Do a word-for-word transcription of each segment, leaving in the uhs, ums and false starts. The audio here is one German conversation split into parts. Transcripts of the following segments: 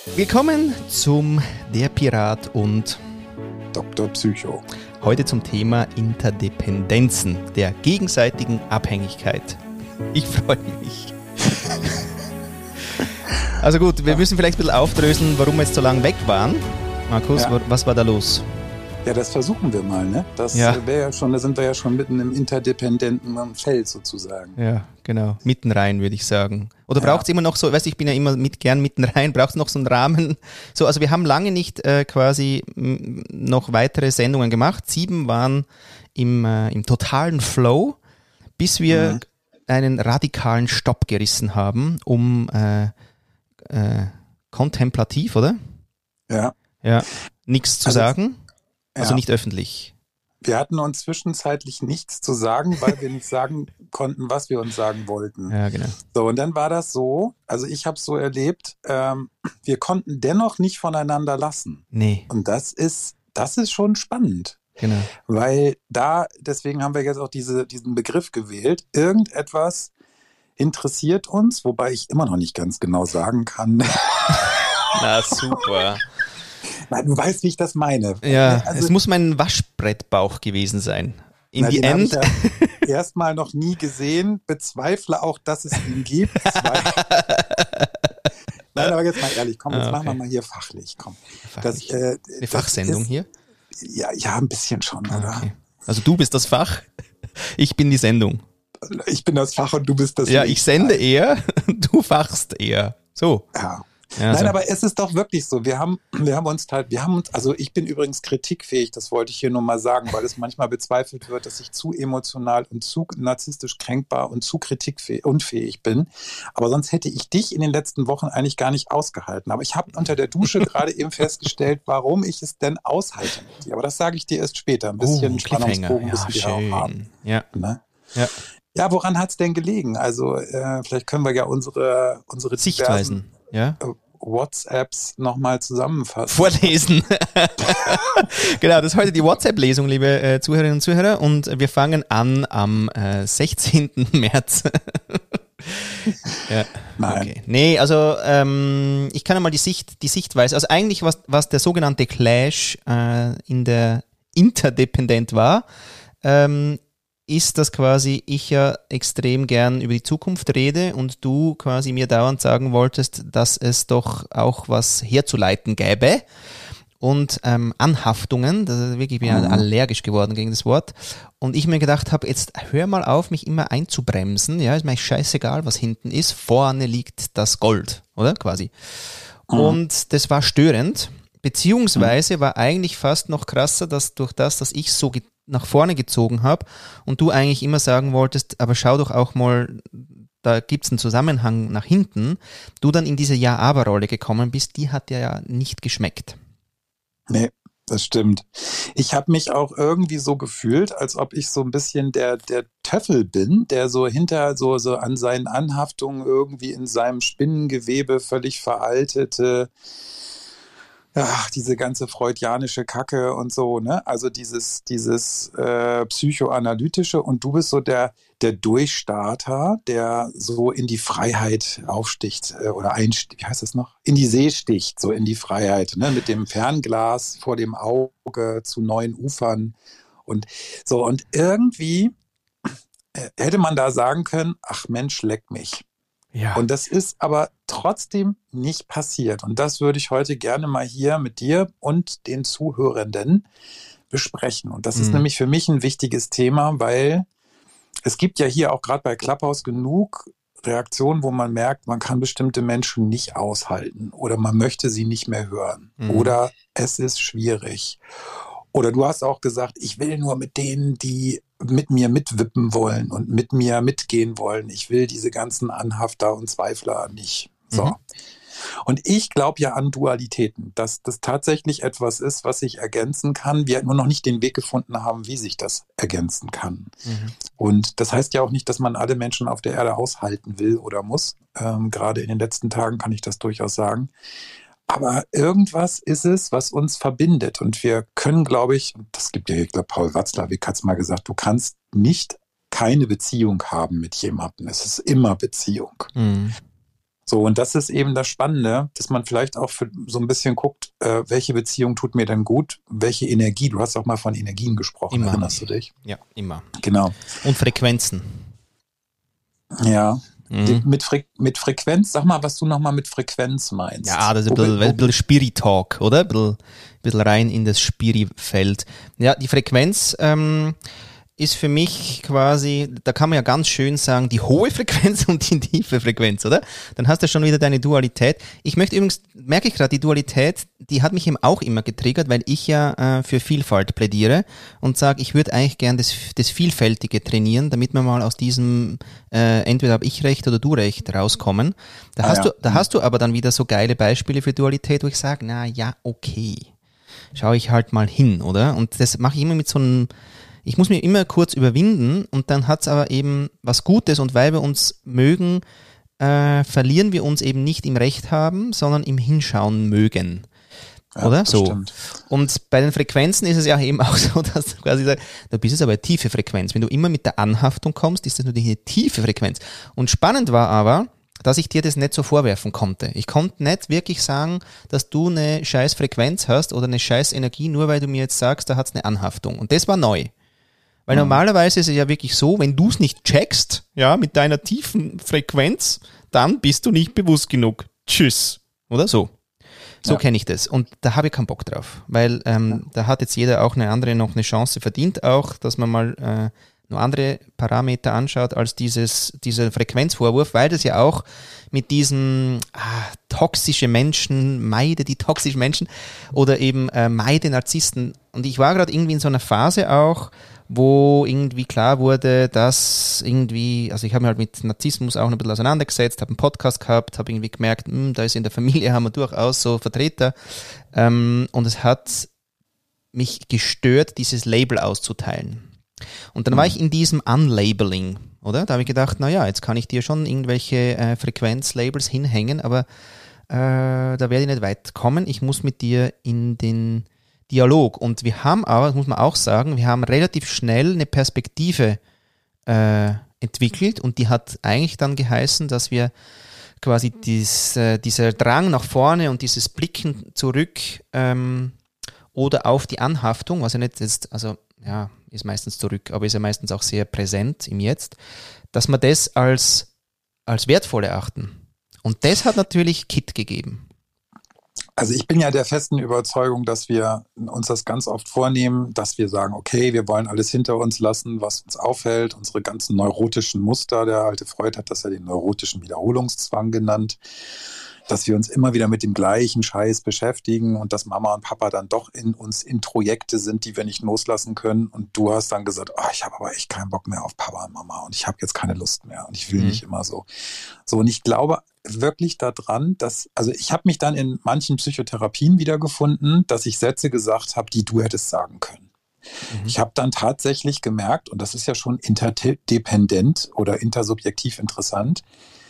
Willkommen zum Der Pirat und Doktor Psycho. Heute zum Thema Interdependenzen, der gegenseitigen Abhängigkeit. Ich freue mich. Also gut, wir müssen vielleicht ein bisschen aufdröseln, warum wir jetzt so lange weg waren. Markus, ja. Was war da los? Ja, das versuchen wir mal, ne? Das ja. wäre ja schon, da sind wir ja schon mitten im interdependenten Feld sozusagen. Ja, genau. Mitten rein, würde ich sagen. Oder braucht es ja. immer noch so, weißt du, ich bin ja immer mit, gern mitten rein, braucht es noch so einen Rahmen? So, also wir haben lange nicht äh, quasi m- noch weitere Sendungen gemacht. Sieben waren im, äh, im totalen Flow, bis wir mhm. einen radikalen Stopp gerissen haben, um äh, äh, kontemplativ, oder? Ja. Ja, nichts zu also, sagen. Also ja. nicht öffentlich. Wir hatten uns zwischenzeitlich nichts zu sagen, weil wir nicht sagen konnten, was wir uns sagen wollten. Ja, genau. So, und dann war das so, also ich habe es so erlebt, ähm, wir konnten dennoch nicht voneinander lassen. Nee. Und das ist, das ist schon spannend. Genau. Weil da, deswegen haben wir jetzt auch diese, diesen Begriff gewählt, irgendetwas interessiert uns, wobei ich immer noch nicht ganz genau sagen kann. Na super. Nein, du weißt, wie ich das meine. Ja, also, es muss mein Waschbrettbauch gewesen sein. In na, die den End. habe ich ja erstmal noch nie gesehen, bezweifle auch, dass es ihn gibt. Nein, aber jetzt mal ehrlich, komm, jetzt ah, okay. machen wir mal hier fachlich. Komm. Fachlich. Das, äh, Eine Fachsendung ist, hier? Ja, ja, ein bisschen schon, ah, oder? Okay. Also du bist das Fach, ich bin die Sendung. Ich bin das Fach und du bist das Ja, ich sende eher, du fachst eher. So. Ja. Ja, Nein, so. aber es ist doch wirklich so. Wir haben, wir haben uns halt, wir haben uns, also ich bin übrigens kritikfähig, das wollte ich hier nur mal sagen, weil es manchmal bezweifelt wird, dass ich zu emotional und zu narzisstisch kränkbar und zu kritikunfähig bin. Aber sonst hätte ich dich in den letzten Wochen eigentlich gar nicht ausgehalten. Aber ich habe unter der Dusche gerade eben festgestellt, warum ich es denn aushalte mit dir. Aber das sage ich dir erst später. Ein bisschen oh, Spannungsbogen müssen ja, wir schön. auch haben. Ja. Ne? Ja. Ja, woran hat es denn gelegen? Also äh, vielleicht können wir ja unsere, unsere Sichtweisen, ja? Äh, WhatsApps nochmal zusammenfassen. Vorlesen. Genau, das ist heute die WhatsApp-Lesung, liebe äh, Zuhörerinnen und Zuhörer. Und wir fangen an am äh, sechzehnten März. Ja, Nein. Okay. Nee, also ähm, ich kann einmal die Sicht, die Sichtweise, also eigentlich was, was der sogenannte Clash äh, in der Interdependent war, ähm, ist, dass quasi ich ja extrem gern über die Zukunft rede und du quasi mir dauernd sagen wolltest, dass es doch auch was herzuleiten gäbe. Und ähm, Anhaftungen, das ist wirklich, ich bin ja allergisch geworden gegen das Wort. Und ich mir gedacht habe, jetzt hör mal auf, mich immer einzubremsen. Ja, ist mir scheißegal, was hinten ist. Vorne liegt das Gold, oder? Quasi. Mhm. Und das war störend. Beziehungsweise war eigentlich fast noch krasser, dass durch das, dass ich so ge- nach vorne gezogen habe und du eigentlich immer sagen wolltest, aber schau doch auch mal, da gibt's einen Zusammenhang nach hinten, du dann in diese Ja-Aber-Rolle gekommen bist, die hat dir ja nicht geschmeckt. Nee, das stimmt. Ich habe mich auch irgendwie so gefühlt, als ob ich so ein bisschen der, der Töffel bin, der so hinter so, so an seinen Anhaftungen irgendwie in seinem Spinnengewebe völlig veraltete, ach, diese ganze freudianische Kacke und so, ne? Also dieses, dieses äh, psychoanalytische und du bist so der, der Durchstarter, der so in die Freiheit aufsticht äh, oder einsticht, wie heißt das noch? In die See sticht, so in die Freiheit, ne? Mit dem Fernglas vor dem Auge zu neuen Ufern und so. Und irgendwie äh, hätte man da sagen können, ach Mensch, leck mich. Ja. Und das ist aber trotzdem nicht passiert. Und das würde ich heute gerne mal hier mit dir und den Zuhörenden besprechen. Und das mhm. ist nämlich für mich ein wichtiges Thema, weil es gibt ja hier auch gerade bei Clubhouse genug Reaktionen, wo man merkt, man kann bestimmte Menschen nicht aushalten oder man möchte sie nicht mehr hören mhm. oder es ist schwierig. Oder du hast auch gesagt, ich will nur mit denen, die mit mir mitwippen wollen und mit mir mitgehen wollen. Ich will diese ganzen Anhafter und Zweifler nicht. So. Mhm. Und ich glaube ja an Dualitäten, dass das tatsächlich etwas ist, was sich ergänzen kann. Wir nur noch nicht den Weg gefunden haben, wie sich das ergänzen kann. Mhm. Und das heißt ja auch nicht, dass man alle Menschen auf der Erde aushalten will oder muss. Ähm, gerade in den letzten Tagen kann ich das durchaus sagen. Aber irgendwas ist es, was uns verbindet. Und wir können, glaube ich, das gibt ja, ich glaube, Paul Watzlawick hat es mal gesagt, du kannst nicht keine Beziehung haben mit jemandem. Es ist immer Beziehung. Mhm. So, und das ist eben das Spannende, dass man vielleicht auch für so ein bisschen guckt, äh, welche Beziehung tut mir denn gut, welche Energie. Du hast auch mal von Energien gesprochen, Immer. Erinnerst du dich? Ja, immer. Genau. Und Frequenzen. Ja. Mhm. Mit, Fre mit Frequenz, sag mal, was du nochmal mit Frequenz meinst. Ja, das ist ein bisschen, ein bisschen Spirit-Talk, oder? Ein bisschen, ein bisschen rein in das Spirit-Feld. Ja, die Frequenz ähm, ist für mich quasi, da kann man ja ganz schön sagen, die hohe Frequenz und die tiefe Frequenz, oder? Dann hast du schon wieder deine Dualität. Ich möchte übrigens, merke ich gerade, die Dualität, die hat mich eben auch immer getriggert, weil ich ja äh, für Vielfalt plädiere und sage, ich würde eigentlich gern das, das Vielfältige trainieren, damit wir mal aus diesem äh, entweder habe ich recht oder du recht rauskommen. Da Ah, hast ja. du, da hast du aber dann wieder so geile Beispiele für Dualität, wo ich sage, na ja, okay, schaue ich halt mal hin, oder? Und das mache ich immer mit so einem, ich muss mich immer kurz überwinden und dann hat's aber eben was Gutes und weil wir uns mögen, äh, verlieren wir uns eben nicht im Recht haben, sondern im Hinschauen mögen. Ja, Oder? das So. stimmt. Und bei den Frequenzen ist es ja eben auch so, dass du quasi sagst, du bist es aber eine tiefe Frequenz. Wenn du immer mit der Anhaftung kommst, ist das natürlich eine tiefe Frequenz. Und spannend war aber, dass ich dir das nicht so vorwerfen konnte. Ich konnte nicht wirklich sagen, dass du eine scheiß Frequenz hast oder eine scheiß Energie, nur weil du mir jetzt sagst, da hat's eine Anhaftung. Und das war neu. Weil Mhm. normalerweise ist es ja wirklich so, wenn du es nicht checkst, ja, mit deiner tiefen Frequenz, dann bist du nicht bewusst genug. Tschüss. Oder so. So Ja. kenne ich das. Und da habe ich keinen Bock drauf. Weil ähm, ja. da hat jetzt jeder auch eine andere noch eine Chance verdient, auch, dass man mal äh, nur andere Parameter anschaut als dieses, dieser Frequenzvorwurf, weil das ja auch mit diesen ah, toxische Menschen, meide die toxischen Menschen oder eben äh, meide Narzissten. Und ich war gerade irgendwie in so einer Phase auch, wo irgendwie klar wurde, dass irgendwie, also ich habe mich halt mit Narzissmus auch ein bisschen auseinandergesetzt, habe einen Podcast gehabt, habe irgendwie gemerkt, mh, da ist in der Familie, haben wir durchaus so Vertreter. Ähm, und es hat mich gestört, dieses Label auszuteilen. Und dann war ich in diesem Unlabeling, oder? Da habe ich gedacht, naja, jetzt kann ich dir schon irgendwelche äh, Frequenzlabels hinhängen, aber äh, da werde ich nicht weit kommen. Ich muss mit dir in den Dialog. Und wir haben aber, das muss man auch sagen, wir haben relativ schnell eine Perspektive äh, entwickelt und die hat eigentlich dann geheißen, dass wir quasi dies, äh, dieser Drang nach vorne und dieses Blicken zurück ähm, oder auf die Anhaftung, was ja nicht jetzt, also ja, ist meistens zurück, aber ist ja meistens auch sehr präsent im Jetzt, dass wir das als, als wertvoll erachten. Und das hat natürlich Kit gegeben. Also ich bin ja der festen Überzeugung, dass wir uns das ganz oft vornehmen, dass wir sagen, okay, wir wollen alles hinter uns lassen, was uns auffällt, unsere ganzen neurotischen Muster, der alte Freud hat das ja den neurotischen Wiederholungszwang genannt, dass wir uns immer wieder mit dem gleichen Scheiß beschäftigen und dass Mama und Papa dann doch in uns Introjekte sind, die wir nicht loslassen können. Und du hast dann gesagt, oh, ich habe aber echt keinen Bock mehr auf Papa und Mama und ich habe jetzt keine Lust mehr und ich will mhm. nicht immer so. So, und ich glaube wirklich daran, dass, also ich habe mich dann in manchen Psychotherapien wiedergefunden, dass ich Sätze gesagt habe, die du hättest sagen können. Mhm. Ich habe dann tatsächlich gemerkt, und das ist ja schon interdependent oder intersubjektiv interessant,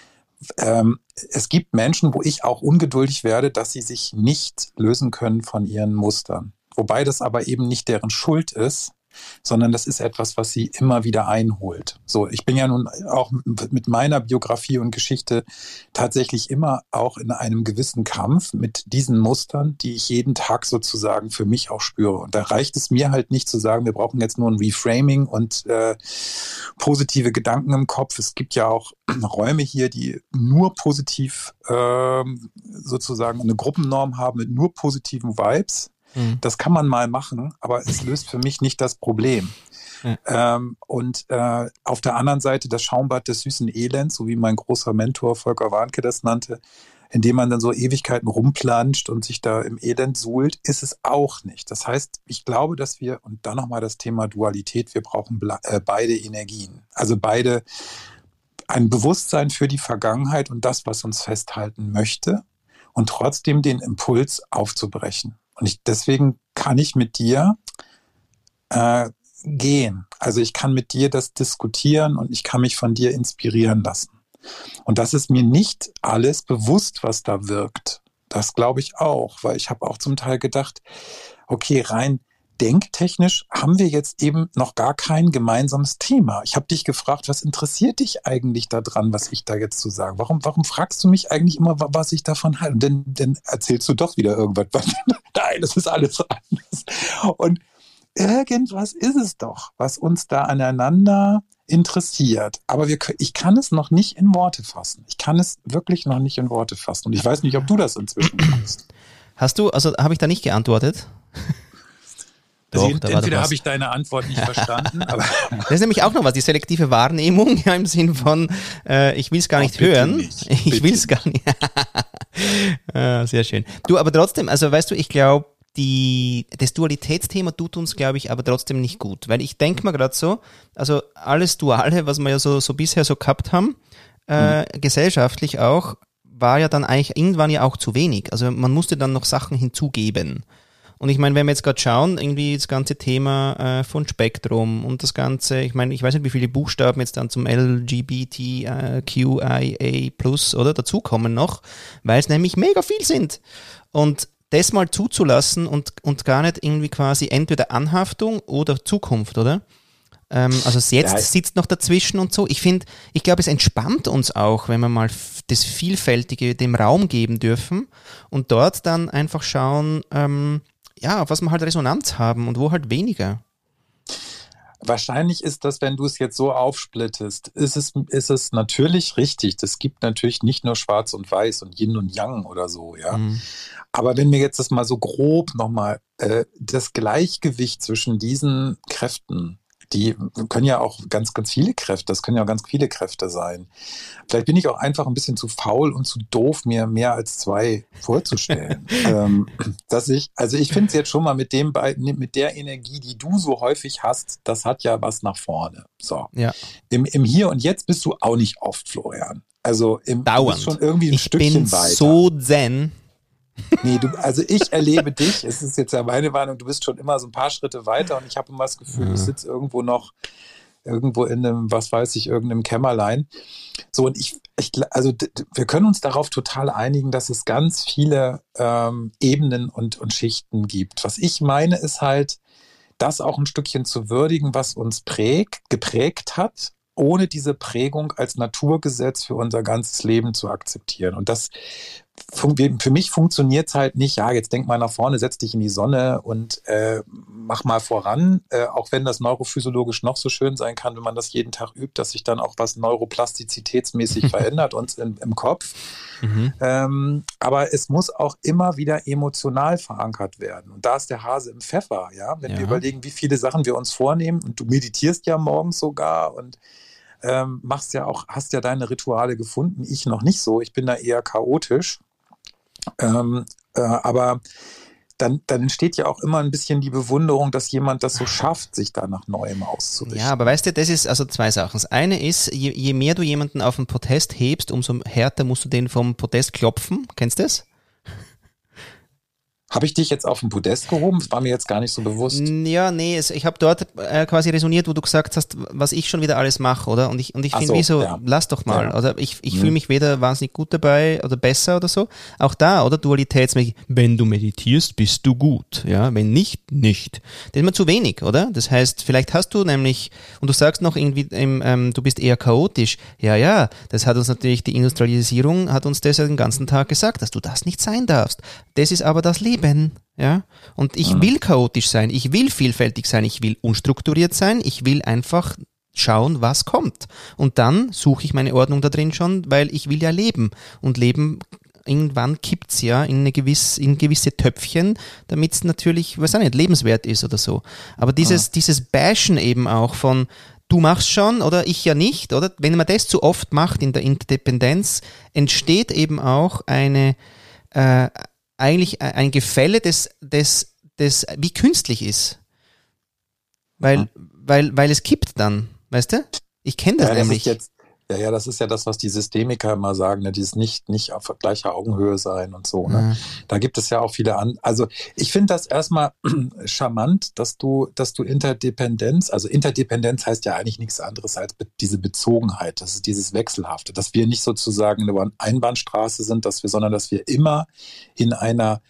ähm, es gibt Menschen, wo ich auch ungeduldig werde, dass sie sich nicht lösen können von ihren Mustern. Wobei das aber eben nicht deren Schuld ist, sondern das ist etwas, was sie immer wieder einholt. So, ich bin ja nun auch mit meiner Biografie und Geschichte tatsächlich immer auch in einem gewissen Kampf mit diesen Mustern, die ich jeden Tag sozusagen für mich auch spüre. Und da reicht es mir halt nicht zu sagen, wir brauchen jetzt nur ein Reframing und äh, positive Gedanken im Kopf. Es gibt ja auch Räume hier, die nur positiv äh, sozusagen eine Gruppennorm haben mit nur positiven Vibes. Das kann man mal machen, aber es löst für mich nicht das Problem. Ja. Ähm, und äh, auf der anderen Seite das Schaumbad des süßen Elends, so wie mein großer Mentor Volker Warnke das nannte, in dem man dann so Ewigkeiten rumplanscht und sich da im Elend suhlt, ist es auch nicht. Das heißt, ich glaube, dass wir, und dann nochmal das Thema Dualität, wir brauchen äh, beide Energien. Also beide, ein Bewusstsein für die Vergangenheit und das, was uns festhalten möchte und trotzdem den Impuls aufzubrechen. Und ich, deswegen kann ich mit dir äh, gehen. Also ich kann mit dir das diskutieren und ich kann mich von dir inspirieren lassen. Und das ist mir nicht alles bewusst, was da wirkt. Das glaube ich auch, weil ich habe auch zum Teil gedacht, okay, rein denktechnisch haben wir jetzt eben noch gar kein gemeinsames Thema. Ich habe dich gefragt, was interessiert dich eigentlich daran, was ich da jetzt zu sagen? Warum, warum fragst du mich eigentlich immer, was ich davon halte? Und dann, dann erzählst du doch wieder irgendwas. Nein, das ist alles anders. Und irgendwas ist es doch, was uns da aneinander interessiert. Aber wir, ich kann es noch nicht in Worte fassen. Ich kann es wirklich noch nicht in Worte fassen. Und ich weiß nicht, ob du das inzwischen kannst. Hast du, also habe ich da nicht geantwortet? Doch, also entweder habe ich deine Antwort nicht verstanden. Aber das ist nämlich auch noch was, die selektive Wahrnehmung, ja, im Sinn von, äh, ich will es gar nicht hören. Nicht. Ich will es gar nicht. ah, sehr schön. Du, aber trotzdem, also weißt du, ich glaube, die, das Dualitätsthema tut uns, glaube ich, aber trotzdem nicht gut. Weil ich denke mir gerade so, also alles Duale, was wir ja so, so bisher so gehabt haben, äh, mhm. gesellschaftlich auch, war ja dann eigentlich irgendwann ja auch zu wenig. Also man musste dann noch Sachen hinzugeben. Und ich meine, wenn wir jetzt gerade schauen, irgendwie das ganze Thema äh, von Spektrum und das Ganze, ich meine, ich weiß nicht, wie viele Buchstaben jetzt dann zum L G B T Q I A plus, oder, dazukommen noch, weil es nämlich mega viel sind. Und das mal zuzulassen und, und gar nicht irgendwie quasi entweder Anhaftung oder Zukunft, oder? Ähm, also jetzt ja, sitzt noch dazwischen und so. Ich finde, ich glaube, es entspannt uns auch, wenn wir mal das Vielfältige dem Raum geben dürfen und dort dann einfach schauen, ähm, ja, auf was wir halt Resonanz haben und wo halt weniger. Wahrscheinlich ist das, wenn du es jetzt so aufsplittest, ist es, ist es natürlich richtig. Das gibt natürlich nicht nur Schwarz und Weiß und Yin und Yang oder so, ja. Mhm. Aber wenn wir jetzt das mal so grob nochmal, äh, das Gleichgewicht zwischen diesen Kräften, die können ja auch ganz, ganz viele Kräfte, das können ja auch ganz viele Kräfte sein. Vielleicht bin ich auch einfach ein bisschen zu faul und zu doof, mir mehr als zwei vorzustellen. ähm, dass ich, also ich finde es jetzt schon mal mit dem, mit der Energie, die du so häufig hast, das hat ja was nach vorne. So. Ja. Im, im Hier und Jetzt bist du auch nicht oft, Florian. Also im, Dauernd. Du bist schon irgendwie ein ich Stückchen bin weiter. So zen. Nee, du, also ich erlebe dich, es ist jetzt ja meine Meinung, du bist schon immer so ein paar Schritte weiter und ich habe immer das Gefühl, ja. Ich sitze irgendwo noch, irgendwo in einem, was weiß ich, irgendeinem Kämmerlein. So, und ich, ich also d- wir können uns darauf total einigen, dass es ganz viele ähm, Ebenen und, und Schichten gibt. Was ich meine, ist halt, das auch ein Stückchen zu würdigen, was uns prägt, geprägt hat, ohne diese Prägung als Naturgesetz für unser ganzes Leben zu akzeptieren. Und das für mich funktioniert es halt nicht, ja, jetzt denk mal nach vorne, setz dich in die Sonne und äh, mach mal voran, äh, auch wenn das neurophysiologisch noch so schön sein kann, wenn man das jeden Tag übt, dass sich dann auch was neuroplastizitätsmäßig verändert uns in, im Kopf. Mhm. Ähm, aber es muss auch immer wieder emotional verankert werden. Und da ist der Hase im Pfeffer, ja, wenn ja. wir überlegen, wie viele Sachen wir uns vornehmen und du meditierst ja morgens sogar und ähm, machst ja auch, hast ja deine Rituale gefunden, ich noch nicht so, ich bin da eher chaotisch. Ähm, äh, aber dann, dann entsteht ja auch immer ein bisschen die Bewunderung, dass jemand das so schafft, sich da nach Neuem auszurichten. Ja, aber weißt du, das ist also zwei Sachen. Das eine ist, je, je mehr du jemanden auf den Podest hebst, umso härter musst du den vom Podest klopfen. Kennst du das? Habe ich dich jetzt auf den Podest gehoben? Das war mir jetzt gar nicht so bewusst. Ja, nee, es, ich habe dort äh, quasi resoniert, wo du gesagt hast, was ich schon wieder alles mache, oder? Und ich und ich finde, so, wie so, ja. lass doch mal. Ja. Oder ich, ich mhm. fühle mich weder wahnsinnig gut dabei oder besser oder so. Auch da, oder? Dualitätsmäßig. Wenn du meditierst, bist du gut. Ja, wenn nicht, nicht. Das ist mir zu wenig, oder? Das heißt, vielleicht hast du nämlich, und du sagst noch irgendwie, ähm, du bist eher chaotisch. Ja, ja, das hat uns natürlich, die Industrialisierung hat uns das ja den ganzen Tag gesagt, dass du das nicht sein darfst. Das ist aber das Leben. Ja, und ich mhm. will chaotisch sein, ich will vielfältig sein, ich will unstrukturiert sein, ich will einfach schauen, was kommt. Und dann suche ich meine Ordnung da drin schon, weil ich will ja leben. Und Leben, irgendwann kippt's ja in eine gewisse, in gewisse Töpfchen, damit es natürlich, weiß ich nicht, lebenswert ist oder so. Aber dieses, mhm. dieses Bashen eben auch von du machst schon oder ich ja nicht, oder? Wenn man das zu oft macht in der Interdependenz, entsteht eben auch eine äh, eigentlich ein Gefälle, das, das, das wie künstlich ist. Weil, mhm. weil, weil es kippt dann, weißt du? Ich kenne das ja, nämlich. Das ist jetzt, ja, ja, das ist ja das, was die Systemiker immer sagen, ne? Dieses nicht, nicht auf gleicher Augenhöhe sein und so. Ne? Mhm. Da gibt es ja auch viele an. Also ich finde das erstmal charmant, dass du, dass du Interdependenz, also Interdependenz heißt ja eigentlich nichts anderes als be- diese Bezogenheit, das ist dieses Wechselhafte, dass wir nicht sozusagen eine Einbahnstraße sind, dass wir, sondern dass wir immer in einer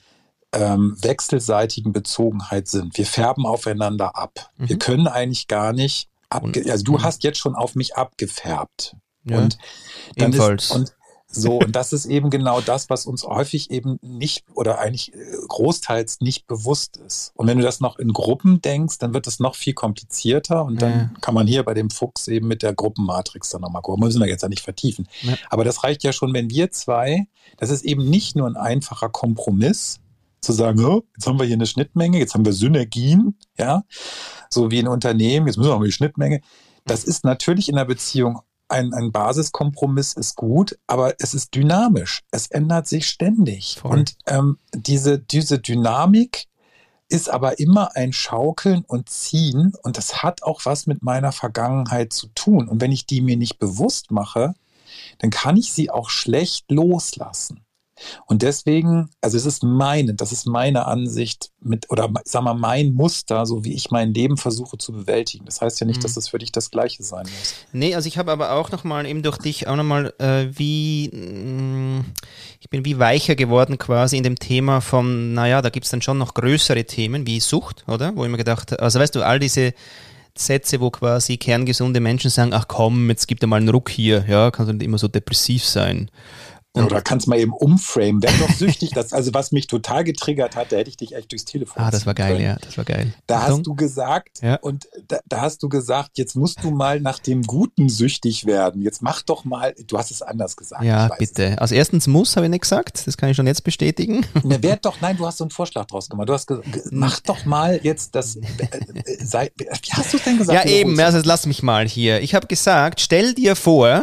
ähm, wechselseitigen Bezogenheit sind. Wir färben aufeinander ab. Mhm. Wir können eigentlich gar nicht abge- also du mhm. hast jetzt schon auf mich abgefärbt. Ja, und dann ebenfalls. Ist, und so, und das ist eben genau das, was uns häufig eben nicht oder eigentlich großteils nicht bewusst ist. Und wenn du das noch in Gruppen denkst, dann wird es noch viel komplizierter und dann ja. kann man hier bei dem Fuchs eben mit der Gruppenmatrix dann nochmal gucken. Müssen wir jetzt ja nicht vertiefen. Ja. Aber das reicht ja schon, wenn wir zwei, das ist eben nicht nur ein einfacher Kompromiss, zu sagen, oh, jetzt haben wir hier eine Schnittmenge, jetzt haben wir Synergien, ja, so wie ein Unternehmen, jetzt müssen wir mal die Schnittmenge. Das ist natürlich in der Beziehung Ein, ein Basiskompromiss ist gut, aber es ist dynamisch. Es ändert sich ständig. Voll. Und ähm, diese, diese Dynamik ist aber immer ein Schaukeln und Ziehen und das hat auch was mit meiner Vergangenheit zu tun. Und wenn ich die mir nicht bewusst mache, dann kann ich sie auch schlecht loslassen. Und deswegen, also es ist meine, das ist meine Ansicht mit, oder sag mal, mein Muster, so wie ich mein Leben versuche zu bewältigen. Das heißt ja nicht, mhm. dass das für dich das Gleiche sein muss. Nee, also ich habe aber auch nochmal, eben durch dich auch nochmal, äh, wie, mh, ich bin wie weicher geworden quasi in dem Thema von, naja, da gibt es dann schon noch größere Themen, wie Sucht, oder? Wo ich mir gedacht habe, also weißt du, all diese Sätze, wo quasi kerngesunde Menschen sagen, ach komm, jetzt gibt er mal einen Ruck hier, ja, kannst du nicht immer so depressiv sein. Und oder kannst mal eben umframen. Wer doch süchtig, das, also was mich total getriggert hat, da hätte ich dich echt durchs Telefon Ah, das war geil, können. ja, das war geil. Da Achtung. hast du gesagt, ja. und da, da hast du gesagt, jetzt musst du mal nach dem Guten süchtig werden. Jetzt mach doch mal, du hast es anders gesagt. Ja, bitte. Also erstens muss, habe ich nicht gesagt, das kann ich schon jetzt bestätigen. Na, wer doch, nein, du hast so einen Vorschlag draus gemacht. Du hast gesagt, mach doch mal jetzt das, äh, sei, wie hast du es denn gesagt? Ja, eben, also lass mich mal hier. Ich habe gesagt, stell dir vor,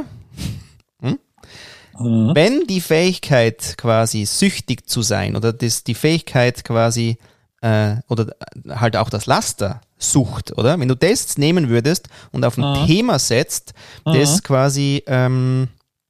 Mhm. wenn die Fähigkeit quasi süchtig zu sein oder das, die Fähigkeit quasi äh, oder halt auch das Laster Sucht, oder? Wenn du das nehmen würdest und auf ein mhm. Thema setzt, das mhm. quasi ähm,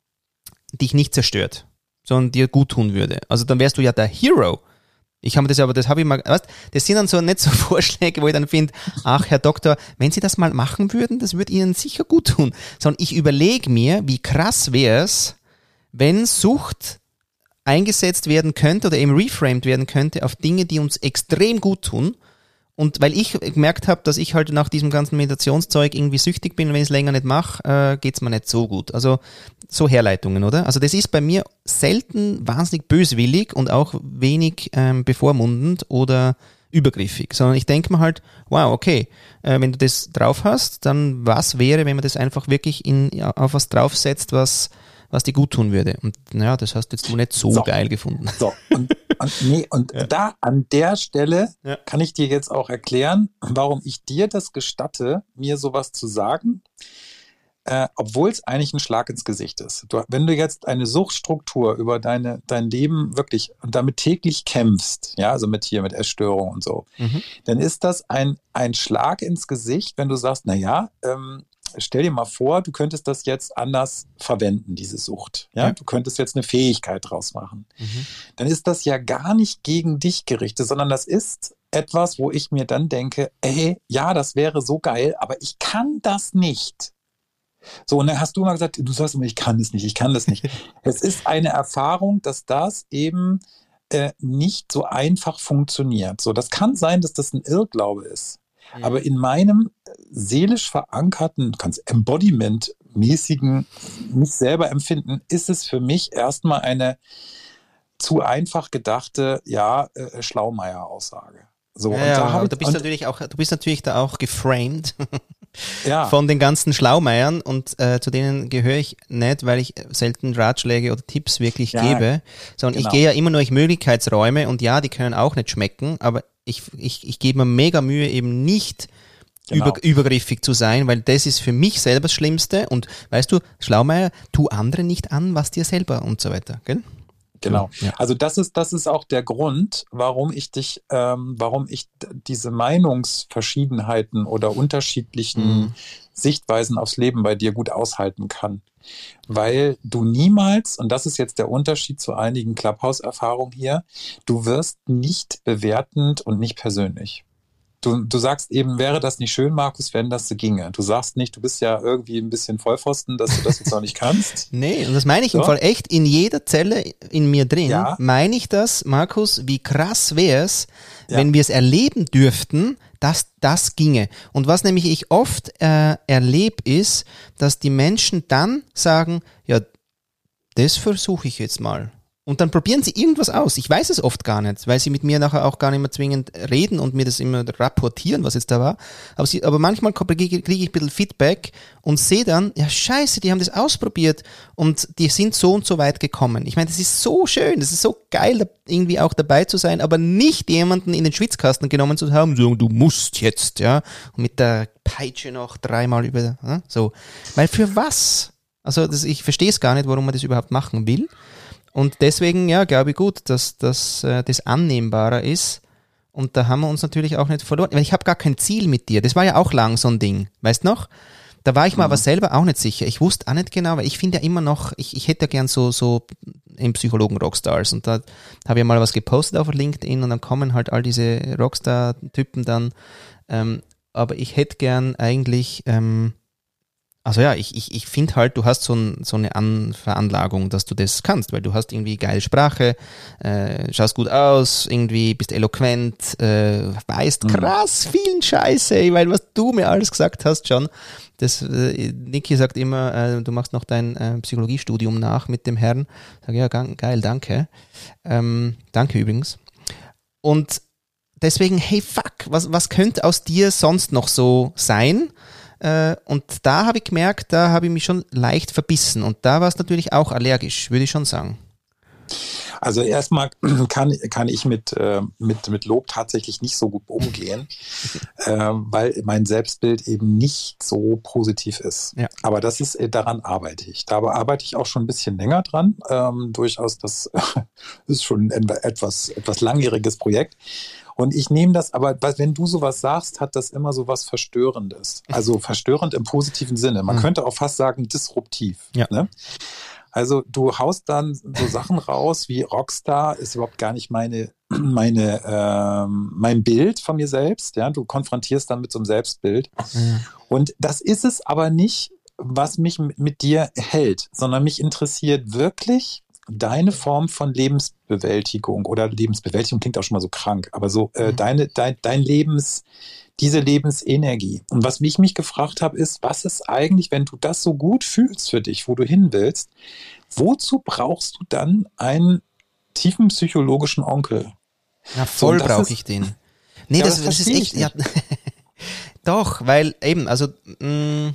dich nicht zerstört, sondern dir gut tun würde. Also dann wärst du ja der Hero. Ich habe das aber, das habe ich mal, weißt, das sind dann so nicht so Vorschläge, wo ich dann finde, ach Herr Doktor, wenn Sie das mal machen würden, das würde Ihnen sicher gut tun. Sondern ich überlege mir, wie krass wäre es, wenn Sucht eingesetzt werden könnte oder eben reframed werden könnte auf Dinge, die uns extrem gut tun. Und weil ich gemerkt habe, dass ich halt nach diesem ganzen Meditationszeug irgendwie süchtig bin und wenn ich es länger nicht mache, äh, geht's mir nicht so gut. Also so Herleitungen, oder? Also das ist bei mir selten wahnsinnig böswillig und auch wenig ähm, bevormundend oder übergriffig, sondern ich denke mir halt, wow, okay, äh, wenn du das drauf hast, dann was wäre, wenn man das einfach wirklich in, ja, auf was draufsetzt, was was dir gut tun würde. Und naja, das hast jetzt du nicht so, so geil gefunden. So, und, und, nee, und ja. da an der Stelle ja. kann ich dir jetzt auch erklären, warum ich dir das gestatte, mir sowas zu sagen, äh, obwohl es eigentlich ein Schlag ins Gesicht ist. Du, wenn du jetzt eine Suchtstruktur über deine, dein Leben wirklich und damit täglich kämpfst, ja, also mit hier, mit Essstörungen und so, mhm. dann ist das ein, ein Schlag ins Gesicht, wenn du sagst, naja, ähm, stell dir mal vor, du könntest das jetzt anders verwenden, diese Sucht. Ja? ja. Du könntest jetzt eine Fähigkeit draus machen. Mhm. Dann ist das ja gar nicht gegen dich gerichtet, sondern das ist etwas, wo ich mir dann denke, ey, ja, das wäre so geil, aber ich kann das nicht. So, und dann hast du immer gesagt, du sagst immer, ich kann das nicht, ich kann das nicht. Es ist eine Erfahrung, dass das eben äh, nicht so einfach funktioniert. So, das kann sein, dass das ein Irrglaube ist. Aber in meinem seelisch verankerten, du kannst Embodiment-mäßigen, mich selber empfinden, ist es für mich erstmal eine zu einfach gedachte, ja, äh, Schlaumeier-Aussage. So, ja, und ja, da hab und ich, du bist und, natürlich auch, du bist natürlich da auch geframed ja. von den ganzen Schlaumeiern und äh, zu denen gehöre ich nicht, weil ich selten Ratschläge oder Tipps wirklich ja, gebe, sondern genau. ich gehe ja immer nur durch Möglichkeitsräume und ja, die können auch nicht schmecken, aber ich, ich, ich gebe mir mega Mühe, eben nicht genau. über, übergriffig zu sein, weil das ist für mich selber das Schlimmste und weißt du, Schlaumeier, tu anderen nicht an, was dir selber und so weiter, gell? Genau. Ja. Also das ist, das ist auch der Grund, warum ich dich, ähm, warum ich diese Meinungsverschiedenheiten oder unterschiedlichen mhm. Sichtweisen aufs Leben bei dir gut aushalten kann. Weil du niemals, und das ist jetzt der Unterschied zu einigen Clubhouse-Erfahrungen hier, du wirst nicht bewertend und nicht persönlich. du, du sagst eben, wäre das nicht schön, Markus, wenn das ginge. Du sagst nicht, du bist ja irgendwie ein bisschen Vollpfosten, dass du das jetzt noch nicht kannst. Nee, und das meine ich so. Im Fall echt in jeder Zelle in mir drin, ja. meine ich das, Markus, wie krass wäre es, ja. wenn wir es erleben dürften, dass das ginge. Und was nämlich ich oft äh, erlebe, ist, dass die Menschen dann sagen, ja, das versuche ich jetzt mal. Und dann probieren sie irgendwas aus. Ich weiß es oft gar nicht, weil sie mit mir nachher auch gar nicht mehr zwingend reden und mir das immer rapportieren, was jetzt da war. Aber, sie, aber manchmal kriege krieg ich ein bisschen Feedback und sehe dann, ja scheiße, die haben das ausprobiert und die sind so und so weit gekommen. Ich meine, das ist so schön, das ist so geil, da irgendwie auch dabei zu sein, aber nicht jemanden in den Schwitzkasten genommen zu haben, so, du musst jetzt, ja, und mit der Peitsche noch dreimal über, ja, so. Weil für was? Also das, ich verstehe es gar nicht, warum man das überhaupt machen will. Und deswegen, ja, glaube ich gut, dass, dass äh, das annehmbarer ist. Und da haben wir uns natürlich auch nicht verloren. Weil ich habe gar kein Ziel mit dir. Das war ja auch lang so ein Ding. Weißt du noch? Da war ich mir mhm. aber selber auch nicht sicher. Ich wusste auch nicht genau, weil ich finde ja immer noch, ich, ich hätte ja gern so, so im Psychologen Rockstars. Und da habe ich ja mal was gepostet auf LinkedIn und dann kommen halt all diese Rockstar-Typen dann. Ähm, aber ich hätte gern eigentlich... Ähm, Also ja, ich, ich, ich finde halt, du hast so, ein, so eine An- Veranlagung, dass du das kannst, weil du hast irgendwie geile Sprache, äh, schaust gut aus, irgendwie bist eloquent, äh, weißt krass vielen Scheiße, ey, weil was du mir alles gesagt hast schon, das, äh, Niki sagt immer, äh, du machst noch dein äh, Psychologiestudium nach mit dem Herrn. Sag ja, geil, danke. Ähm, danke übrigens. Und deswegen, hey fuck, was, was könnte aus dir sonst noch so sein? Und da habe ich gemerkt, da habe ich mich schon leicht verbissen und da war es natürlich auch allergisch, würde ich schon sagen. Also erstmal kann, kann ich mit, äh, mit, mit Lob tatsächlich nicht so gut umgehen, äh, weil mein Selbstbild eben nicht so positiv ist. Ja. Aber das ist, daran arbeite ich. Da arbeite ich auch schon ein bisschen länger dran. Ähm, durchaus, das ist schon ein etwas, etwas langjähriges Projekt. Und ich nehme das, aber wenn du sowas sagst, hat das immer so was Verstörendes. Also verstörend im positiven Sinne. Man mhm. könnte auch fast sagen disruptiv. Ja. Ne? Also du haust dann so Sachen raus wie Rockstar ist überhaupt gar nicht meine, meine, ähm, mein Bild von mir selbst. Ja, du konfrontierst dann mit so einem Selbstbild. Mhm. Und das ist es aber nicht, was mich mit dir hält, sondern mich interessiert wirklich deine Form von Lebensbewältigung oder Lebensbewältigung klingt auch schon mal so krank, aber so äh, mhm. deine, dein, dein Lebens, diese Lebensenergie. Und was mich mich gefragt habe, ist, was ist eigentlich, wenn du das so gut fühlst für dich, wo du hin willst, wozu brauchst du dann einen tiefen psychologischen Onkel? Ja, voll so, brauche ich den. Nee, ja, das, das, das ist echt, ja, doch, weil eben, also, mh,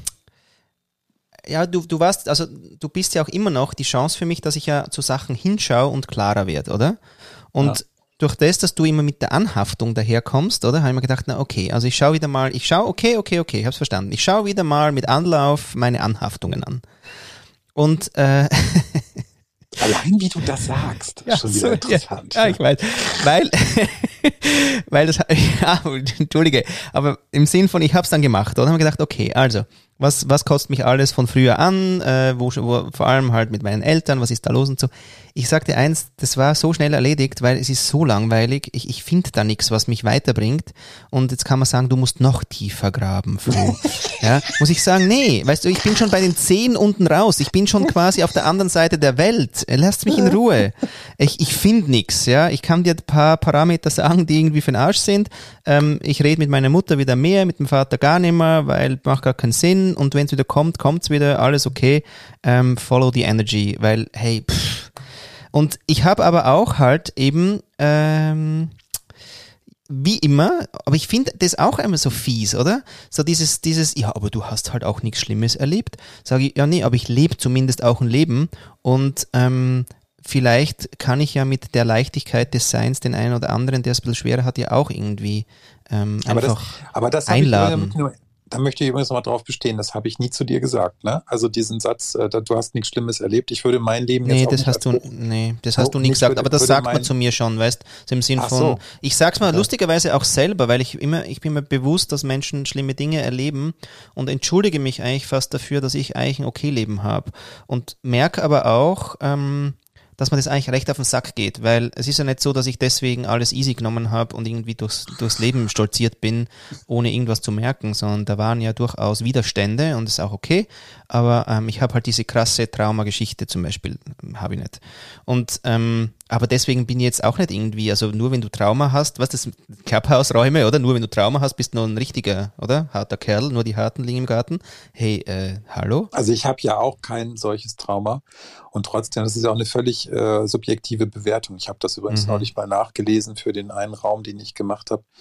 ja, du, du warst, also du bist ja auch immer noch die Chance für mich, dass ich ja zu Sachen hinschaue und klarer werde, oder? Und ja. durch das, dass du immer mit der Anhaftung daherkommst, oder? Habe ich mir gedacht, na okay, also ich schaue wieder mal, ich schaue, okay, okay, okay, ich hab's verstanden. Ich schaue wieder mal mit Anlauf meine Anhaftungen an. Und äh, allein wie du das sagst, ja, ist schon wieder so, interessant. Ja, ja, ich weiß. Weil, weil das, ja, entschuldige, aber im Sinn von, ich hab's dann gemacht, oder? Habe ich gedacht, okay, also, was, was kostet mich alles von früher an, äh, wo, wo, vor allem halt mit meinen Eltern, was ist da los und so. Ich sagte eins, das war so schnell erledigt, weil es ist so langweilig, ich, ich finde da nichts, was mich weiterbringt und jetzt kann man sagen, du musst noch tiefer graben, Flo. Ja, muss ich sagen, nee, weißt du, ich bin schon bei den Zehen unten raus, ich bin schon quasi auf der anderen Seite der Welt, lasst mich in Ruhe. Ich, ich finde nichts, ja, ich kann dir ein paar Parameter sagen, die irgendwie für den Arsch sind, ähm, ich rede mit meiner Mutter wieder mehr, mit dem Vater gar nicht mehr, weil macht gar keinen Sinn und wenn es wieder kommt, kommt es wieder, alles okay, ähm, follow the energy, weil, hey, pff. Und ich habe aber auch halt eben, ähm, wie immer, aber ich finde das auch immer so fies, oder? So dieses, dieses, ja, aber du hast halt auch nichts Schlimmes erlebt. Sage ich, ja, nee, aber ich lebe zumindest auch ein Leben und ähm, vielleicht kann ich ja mit der Leichtigkeit des Seins den einen oder anderen, der es ein bisschen schwerer hat, ja auch irgendwie ähm, aber einfach das, aber das einladen. Ich, da möchte ich übrigens nochmal drauf bestehen, das habe ich nie zu dir gesagt, ne? Also diesen Satz, äh, du hast nichts Schlimmes erlebt, ich würde mein Leben nee, jetzt auch das nicht hast du, Nee, das hast oh, du nie gesagt, würde, aber das sagt mein... man zu mir schon, weißt, so im Sinn Ach von, so. ich sag's mal okay. lustigerweise auch selber, weil ich immer, ich bin mir bewusst, dass Menschen schlimme Dinge erleben und entschuldige mich eigentlich fast dafür, dass ich eigentlich ein okay Leben habe und merke aber auch, ähm, dass man das eigentlich recht auf den Sack geht, weil es ist ja nicht so, dass ich deswegen alles easy genommen habe und irgendwie durchs, durchs Leben stolziert bin, ohne irgendwas zu merken, sondern da waren ja durchaus Widerstände und das ist auch okay, aber ähm, ich habe halt diese krasse Traumageschichte zum Beispiel, habe ich nicht. Und ähm, aber deswegen bin ich jetzt auch nicht irgendwie, also nur wenn du Trauma hast, was das Kerbhausräume, oder? Nur wenn du Trauma hast, bist du noch ein richtiger, oder? Harter Kerl, nur die Harten liegen im Garten. Hey, äh, hallo? Also ich habe ja auch kein solches Trauma und trotzdem, das ist ja auch eine völlig äh, subjektive Bewertung. Ich habe das übrigens Mhm. neulich mal nachgelesen für den einen Raum, den ich gemacht habe.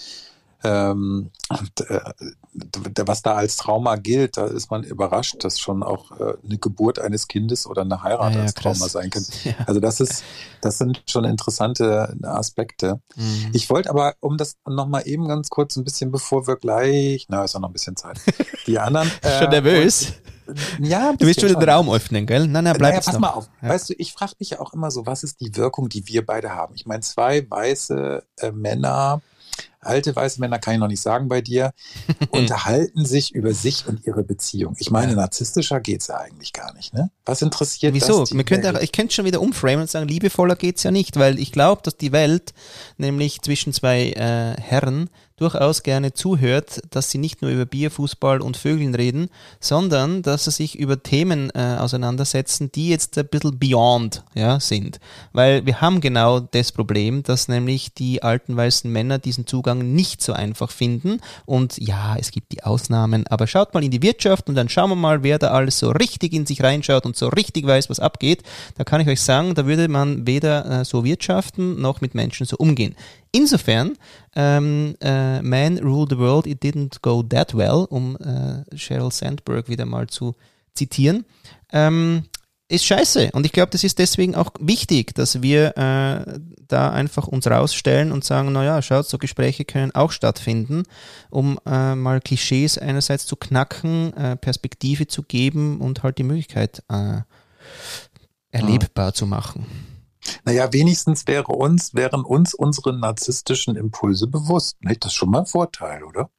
Ähm, und, äh, was da als Trauma gilt, da ist man überrascht, dass schon auch äh, eine Geburt eines Kindes oder eine Heirat Ah ja, als krass. Trauma sein kann. Ja. Also das ist, das sind schon interessante Aspekte. Mhm. Ich wollte aber, um das nochmal eben ganz kurz ein bisschen, bevor wir gleich, na, ist ja noch ein bisschen Zeit. Die anderen. Schon äh, nervös? und, ja, Du willst schon den schon. Raum öffnen, gell? Nein, nein, bleib Naja, jetzt pass noch. mal auf. Ja. Weißt du, ich frage mich ja auch immer so, was ist die Wirkung, die wir beide haben? Ich meine, zwei weiße äh, Männer, alte weiße Männer, kann ich noch nicht sagen bei dir, unterhalten sich über sich und ihre Beziehung. Ich meine, Ja. narzisstischer geht's ja eigentlich gar nicht, ne? Was interessiert Wieso? das die Man könnte, Welt? ich könnte schon wieder umframen und sagen, liebevoller geht's ja nicht, weil ich glaube, dass die Welt nämlich zwischen zwei äh, Herren durchaus gerne zuhört, dass sie nicht nur über Bier, Fußball und Vögeln reden, sondern dass sie sich über Themen äh, auseinandersetzen, die jetzt ein bisschen beyond ja, sind. Weil wir haben genau das Problem, dass nämlich die alten weißen Männer diesen Zugang nicht so einfach finden. Und ja, es gibt die Ausnahmen, aber schaut mal in die Wirtschaft und dann schauen wir mal, wer da alles so richtig in sich reinschaut und so richtig weiß, was abgeht. Da kann ich euch sagen, da würde man weder äh, so wirtschaften noch mit Menschen so umgehen. Insofern, ähm, äh, Man ruled the world, it didn't go that well, um äh, Sheryl Sandberg wieder mal zu zitieren, ähm, ist scheiße. Und ich glaube, das ist deswegen auch wichtig, dass wir äh, da einfach uns rausstellen und sagen, naja, schaut, so Gespräche können auch stattfinden, um äh, mal Klischees einerseits zu knacken, äh, Perspektive zu geben und halt die Möglichkeit äh, erlebbar mhm. zu machen. Naja, wenigstens wäre uns, wären uns unsere narzisstischen Impulse bewusst. Nicht? Das ist schon mal ein Vorteil, oder?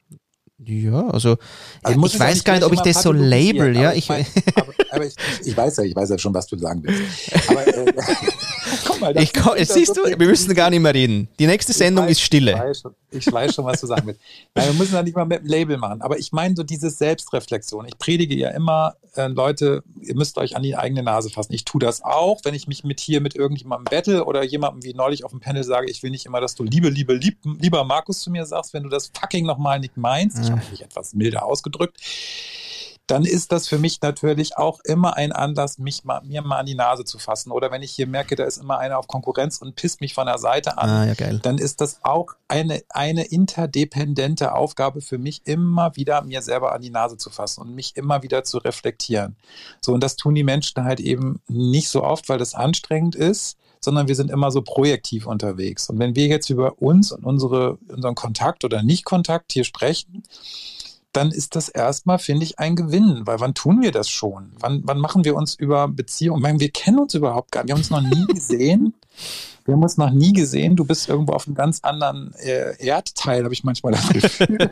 Ja, also, also ja, ich weiß nicht gar nicht, ob ich das so label, ja. Ich, mein, aber, aber ich, ich weiß ja, ich weiß ja schon, was du sagen willst. Aber, äh, guck mal, ich komm, siehst so du, wir müssen gar nicht mehr reden. Die nächste Sendung weiß, ist Stille. Ich weiß, schon, ich weiß schon, was du sagen willst. Nein, wir müssen da nicht mal mit dem Label machen. Aber ich meine so diese Selbstreflexion. Ich predige ja immer, äh, Leute, ihr müsst euch an die eigene Nase fassen. Ich tue das auch, wenn ich mich mit hier mit irgendjemandem battle oder jemandem wie neulich auf dem Panel sage, ich will nicht immer, dass du Liebe, Liebe, lieb, lieber Markus zu mir sagst, wenn du das fucking nochmal nicht meinst. Ich habe mich etwas milder ausgedrückt. Dann ist das für mich natürlich auch immer ein Anlass, mich mal, mir mal an die Nase zu fassen. Oder wenn ich hier merke, da ist immer einer auf Konkurrenz und pisst mich von der Seite an, ah, ja, geil. dann ist das auch eine, eine interdependente Aufgabe für mich, immer wieder mir selber an die Nase zu fassen und mich immer wieder zu reflektieren. So, und das tun die Menschen halt eben nicht so oft, weil das anstrengend ist, sondern wir sind immer so projektiv unterwegs. Und wenn wir jetzt über uns und unsere, unseren Kontakt oder Nicht-Kontakt hier sprechen, dann ist das erstmal, finde ich, ein Gewinn. Weil wann tun wir das schon? Wann, wann machen wir uns über Beziehungen? Ich meine, wir kennen uns überhaupt gar nicht. Wir haben uns noch nie gesehen. Wir haben uns noch nie gesehen. Du bist irgendwo auf einem ganz anderen äh, Erdteil, habe ich manchmal das Gefühl.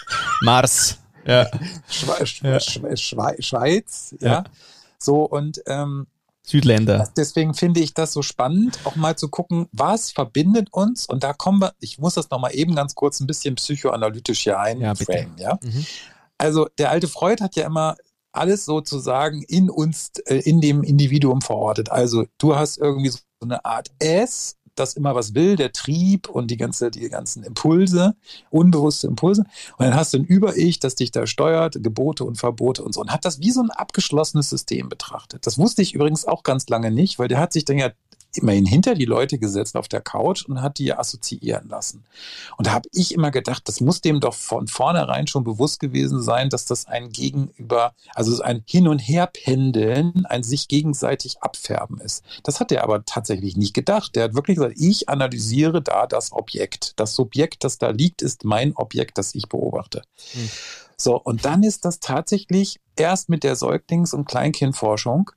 Mars. Ja. Schwe Schwe ja. Schwe Schwe Schweiz. Ja. ja. So, und ähm, Südländer. Deswegen finde ich das so spannend, auch mal zu gucken, was verbindet uns. Und da kommen wir, ich muss das nochmal eben ganz kurz ein bisschen psychoanalytisch hier einframen. Ja, ja? Mhm. Also der alte Freud hat ja immer alles sozusagen in uns, äh, in dem Individuum verortet. Also du hast irgendwie so eine Art S, das immer was will, der Trieb und die ganze, die ganzen Impulse, unbewusste Impulse. Und dann hast du ein Über-Ich, das dich da steuert, Gebote und Verbote und so. Und hat das wie so ein abgeschlossenes System betrachtet. Das wusste ich übrigens auch ganz lange nicht, weil der hat sich dann ja immerhin hinter die Leute gesetzt auf der Couch und hat die assoziieren lassen. Und da habe ich immer gedacht, das muss dem doch von vornherein schon bewusst gewesen sein, dass das ein Gegenüber, also ein Hin- und Herpendeln, ein sich gegenseitig abfärben ist. Das hat er aber tatsächlich nicht gedacht. Der hat wirklich gesagt, ich analysiere da das Objekt. Das Subjekt, das da liegt, ist mein Objekt, das ich beobachte. Hm. So, und dann ist das tatsächlich erst mit der Säuglings- und Kleinkindforschung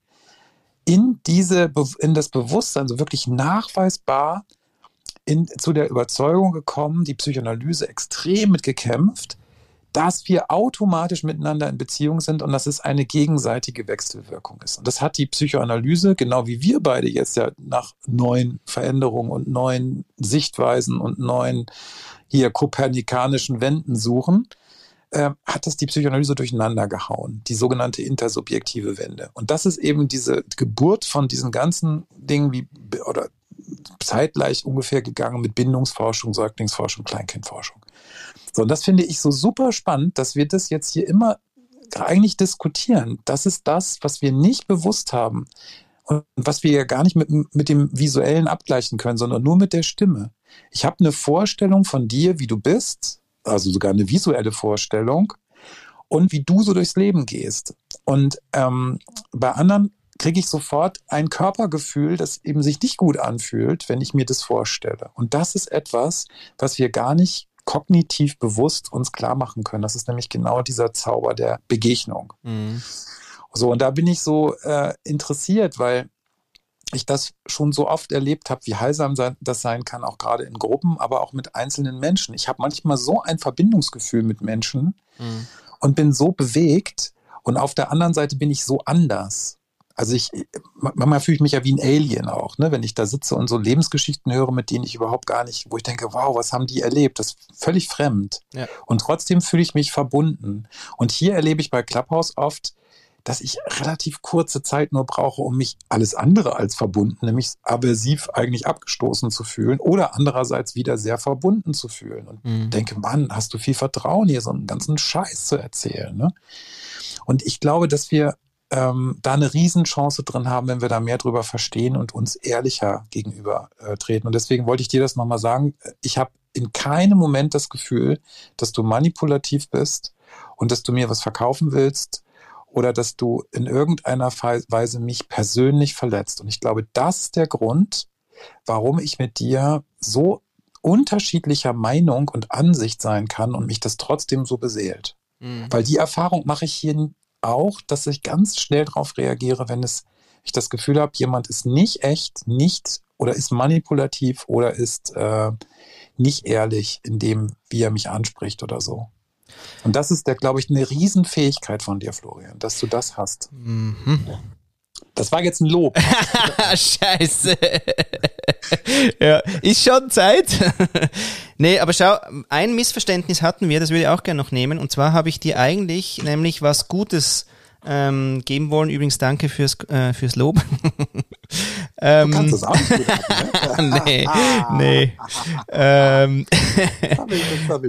in diese, in das Bewusstsein, so wirklich nachweisbar in, zu der Überzeugung gekommen, die Psychoanalyse extrem mitgekämpft, dass wir automatisch miteinander in Beziehung sind und dass es eine gegenseitige Wechselwirkung ist. Und das hat die Psychoanalyse, genau wie wir beide jetzt ja nach neuen Veränderungen und neuen Sichtweisen und neuen hier kopernikanischen Wänden suchen, äh, hat das die Psychoanalyse durcheinander gehauen, die sogenannte intersubjektive Wende. Und das ist eben diese Geburt von diesen ganzen Dingen wie, oder zeitgleich ungefähr gegangen mit Bindungsforschung, Säuglingsforschung, Kleinkindforschung. So, und das finde ich so super spannend, dass wir das jetzt hier immer eigentlich diskutieren. Das ist das, was wir nicht bewusst haben und was wir ja gar nicht mit, mit dem Visuellen abgleichen können, sondern nur mit der Stimme. Ich habe eine Vorstellung von dir, wie du bist, also sogar eine visuelle Vorstellung und wie du so durchs Leben gehst. Und ähm, bei anderen kriege ich sofort ein Körpergefühl, das eben sich nicht gut anfühlt, wenn ich mir das vorstelle. Und das ist etwas, was wir gar nicht kognitiv bewusst uns klar machen können. Das ist nämlich genau dieser Zauber der Begegnung. Mhm. So, und da bin ich so äh, interessiert, weil ich das schon so oft erlebt habe, wie heilsam das sein kann, auch gerade in Gruppen, aber auch mit einzelnen Menschen. Ich habe manchmal so ein Verbindungsgefühl mit Menschen mhm. und bin so bewegt und auf der anderen Seite bin ich so anders. Also ich, manchmal fühle ich mich ja wie ein Alien auch, ne? Wenn ich da sitze und so Lebensgeschichten höre, mit denen ich überhaupt gar nicht, wo ich denke, wow, was haben die erlebt? Das ist völlig fremd. Ja. Und trotzdem fühle ich mich verbunden. Und hier erlebe ich bei Clubhouse oft, dass ich relativ kurze Zeit nur brauche, um mich alles andere als verbunden, nämlich aversiv eigentlich abgestoßen zu fühlen oder andererseits wieder sehr verbunden zu fühlen. Und mhm. denke, Mann, hast du viel Vertrauen, hier so einen ganzen Scheiß zu erzählen, ne? Und ich glaube, dass wir ähm, da eine Riesenchance drin haben, wenn wir da mehr drüber verstehen und uns ehrlicher gegenüber äh, treten. Und deswegen wollte ich dir das nochmal sagen. Ich habe in keinem Moment das Gefühl, dass du manipulativ bist und dass du mir was verkaufen willst oder dass du in irgendeiner Weise mich persönlich verletzt. Und ich glaube, das ist der Grund, warum ich mit dir so unterschiedlicher Meinung und Ansicht sein kann und mich das trotzdem so beseelt. Mhm. Weil die Erfahrung mache ich hier auch, dass ich ganz schnell darauf reagiere, wenn es, ich das Gefühl habe, jemand ist nicht echt, nicht oder ist manipulativ oder ist äh, nicht ehrlich in dem, wie er mich anspricht oder so. Und das ist, der, glaube ich, eine Riesenfähigkeit von dir, Florian, dass du das hast. Mhm. Das war jetzt ein Lob. Scheiße. Ja, ist schon Zeit. Nee, aber schau, ein Missverständnis hatten wir, das würde ich auch gerne noch nehmen. Und zwar habe ich dir eigentlich nämlich was Gutes ähm, geben wollen. Übrigens danke fürs, äh, fürs Lob. ähm, du kannst das auch nicht gut haben, ne? Nee, nee. ähm, das war wichtig, das war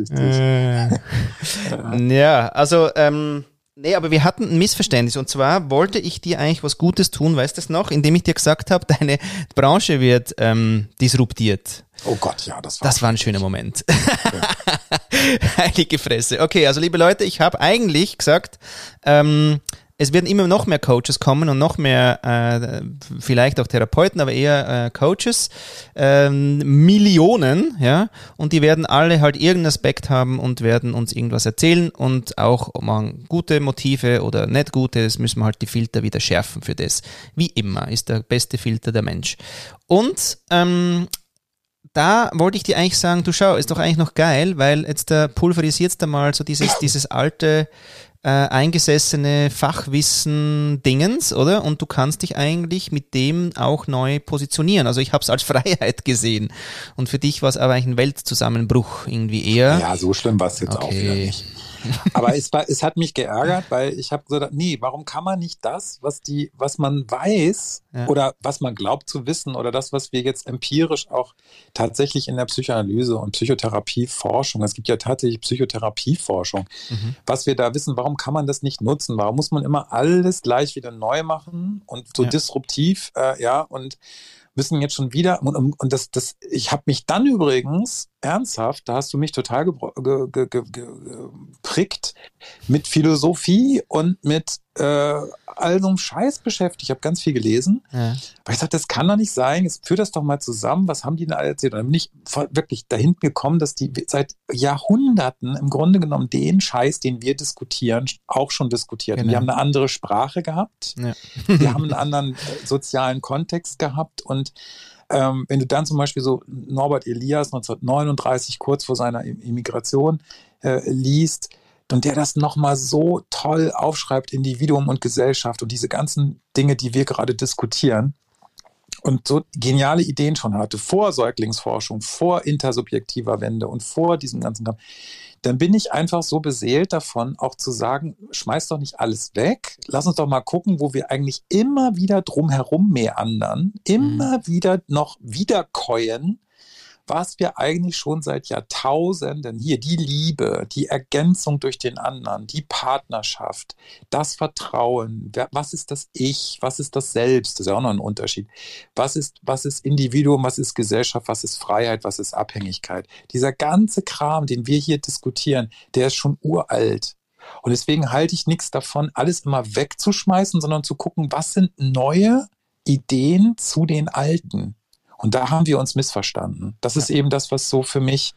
wichtig. Äh, ja, also ähm, nee, aber wir hatten ein Missverständnis und zwar wollte ich dir eigentlich was Gutes tun, weißt du das noch, indem ich dir gesagt habe, deine Branche wird ähm, disruptiert. Oh Gott, ja, das war Das war ein schöner Moment. Ja. Heilige Fresse. Okay, also liebe Leute, ich habe eigentlich gesagt, ähm, es werden immer noch mehr Coaches kommen und noch mehr, äh, vielleicht auch Therapeuten, aber eher äh, Coaches, ähm, Millionen, ja, und die werden alle halt irgendeinen Aspekt haben und werden uns irgendwas erzählen und auch ob man gute Motive oder nicht gute, das müssen wir halt die Filter wieder schärfen für das. Wie immer ist der beste Filter der Mensch. Und ähm, da wollte ich dir eigentlich sagen, du schau, ist doch eigentlich noch geil, weil jetzt da pulverisiert da mal so dieses, dieses alte Äh, eingesessene Fachwissen Dingens, oder? Und du kannst dich eigentlich mit dem auch neu positionieren. Also ich habe es als Freiheit gesehen. Und für dich war es aber eigentlich ein Weltzusammenbruch irgendwie eher. Ja, so schlimm war es jetzt okay. auch wieder nicht. Aber es, war, es hat mich geärgert, weil ich habe gesagt, nee, warum kann man nicht das, was die, was man weiß ja. oder was man glaubt zu wissen oder das, was wir jetzt empirisch auch tatsächlich in der Psychoanalyse und Psychotherapieforschung, es gibt ja tatsächlich Psychotherapieforschung, mhm. was wir da wissen, warum kann man das nicht nutzen? Warum muss man immer alles gleich wieder neu machen und so ja. disruptiv, äh, ja, und müssen jetzt schon wieder, und, und das, das, ich habe mich dann übrigens ernsthaft, da hast du mich total geprickt, ge, ge, ge, ge, mit Philosophie und mit äh, all so einem Scheiß beschäftigt. Ich habe ganz viel gelesen, ja. weil ich dachte, das kann doch nicht sein, jetzt führ das doch mal zusammen, was haben die denn alle erzählt? Und dann bin ich wirklich dahin gekommen, dass die seit Jahrhunderten im Grunde genommen den Scheiß, den wir diskutieren, auch schon diskutierten. Genau. Wir haben eine andere Sprache gehabt, ja. wir haben einen anderen äh, sozialen Kontext gehabt und Ähm, wenn du dann zum Beispiel so Norbert Elias neunzehnhundertneununddreißig, kurz vor seiner Immigration, äh, liest, und der das nochmal so toll aufschreibt, Individuum und Gesellschaft und diese ganzen Dinge, die wir gerade diskutieren und so geniale Ideen schon hatte, vor Säuglingsforschung, vor intersubjektiver Wende und vor diesem ganzen Kampf, dann bin ich einfach so beseelt davon, auch zu sagen, schmeiß doch nicht alles weg, lass uns doch mal gucken, wo wir eigentlich immer wieder drumherum meandern, immer mhm. wieder noch wiederkäuen, was wir eigentlich schon seit Jahrtausenden, hier die Liebe, die Ergänzung durch den anderen, die Partnerschaft, das Vertrauen, was ist das Ich, was ist das Selbst, das ist ja auch noch ein Unterschied, was ist, was ist Individuum, was ist Gesellschaft, was ist Freiheit, was ist Abhängigkeit. Dieser ganze Kram, den wir hier diskutieren, der ist schon uralt. Und deswegen halte ich nichts davon, alles immer wegzuschmeißen, sondern zu gucken, was sind neue Ideen zu den alten. Und da haben wir uns missverstanden. Das ist eben das, was so für mich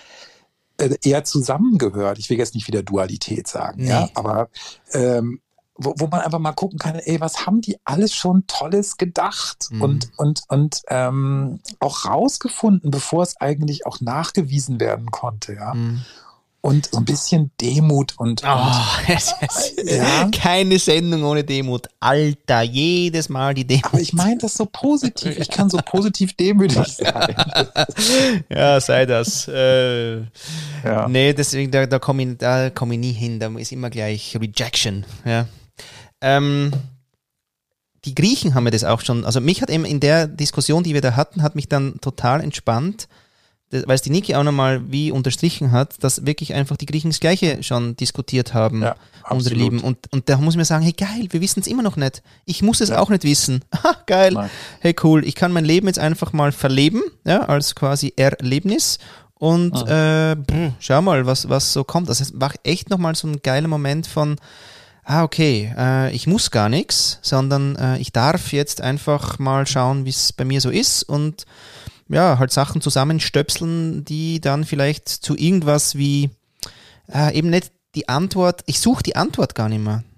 eher zusammengehört. Ich will jetzt nicht wieder Dualität sagen, nee. ja, aber ähm, wo, wo man einfach mal gucken kann, ey, was haben die alles schon Tolles gedacht mhm. und, und, und ähm, auch rausgefunden, bevor es eigentlich auch nachgewiesen werden konnte, ja. Mhm. Und so ein bisschen Demut und, oh, und ja. keine Sendung ohne Demut. Alter, jedes Mal die Demut. Aber ich meine das so positiv. Ich kann so positiv demütig sein. Ja, sei das. Äh, ja. Nee, deswegen, da, da komme ich, da komm ich nie hin. Da ist immer gleich Rejection. Ja. Ähm, die Griechen haben mir das auch schon, also mich hat eben in der Diskussion, die wir da hatten, hat mich dann total entspannt, weil es die Niki auch nochmal wie unterstrichen hat, dass wirklich einfach die Griechen das Gleiche schon diskutiert haben, ja, unsere Lieben. Und, und da muss man sagen, hey geil, wir wissen es immer noch nicht. Ich muss es ja. auch nicht wissen. Ha, geil. Nein. Hey cool, ich kann mein Leben jetzt einfach mal verleben, ja, als quasi Erlebnis. Und ah. äh, pff, schau mal, was, was so kommt. Das war echt nochmal so ein geiler Moment von, ah okay, äh, ich muss gar nichts, sondern äh, ich darf jetzt einfach mal schauen, wie es bei mir so ist und ja, halt Sachen zusammenstöpseln, die dann vielleicht zu irgendwas wie äh, eben nicht die Antwort, ich suche die Antwort gar nicht mehr.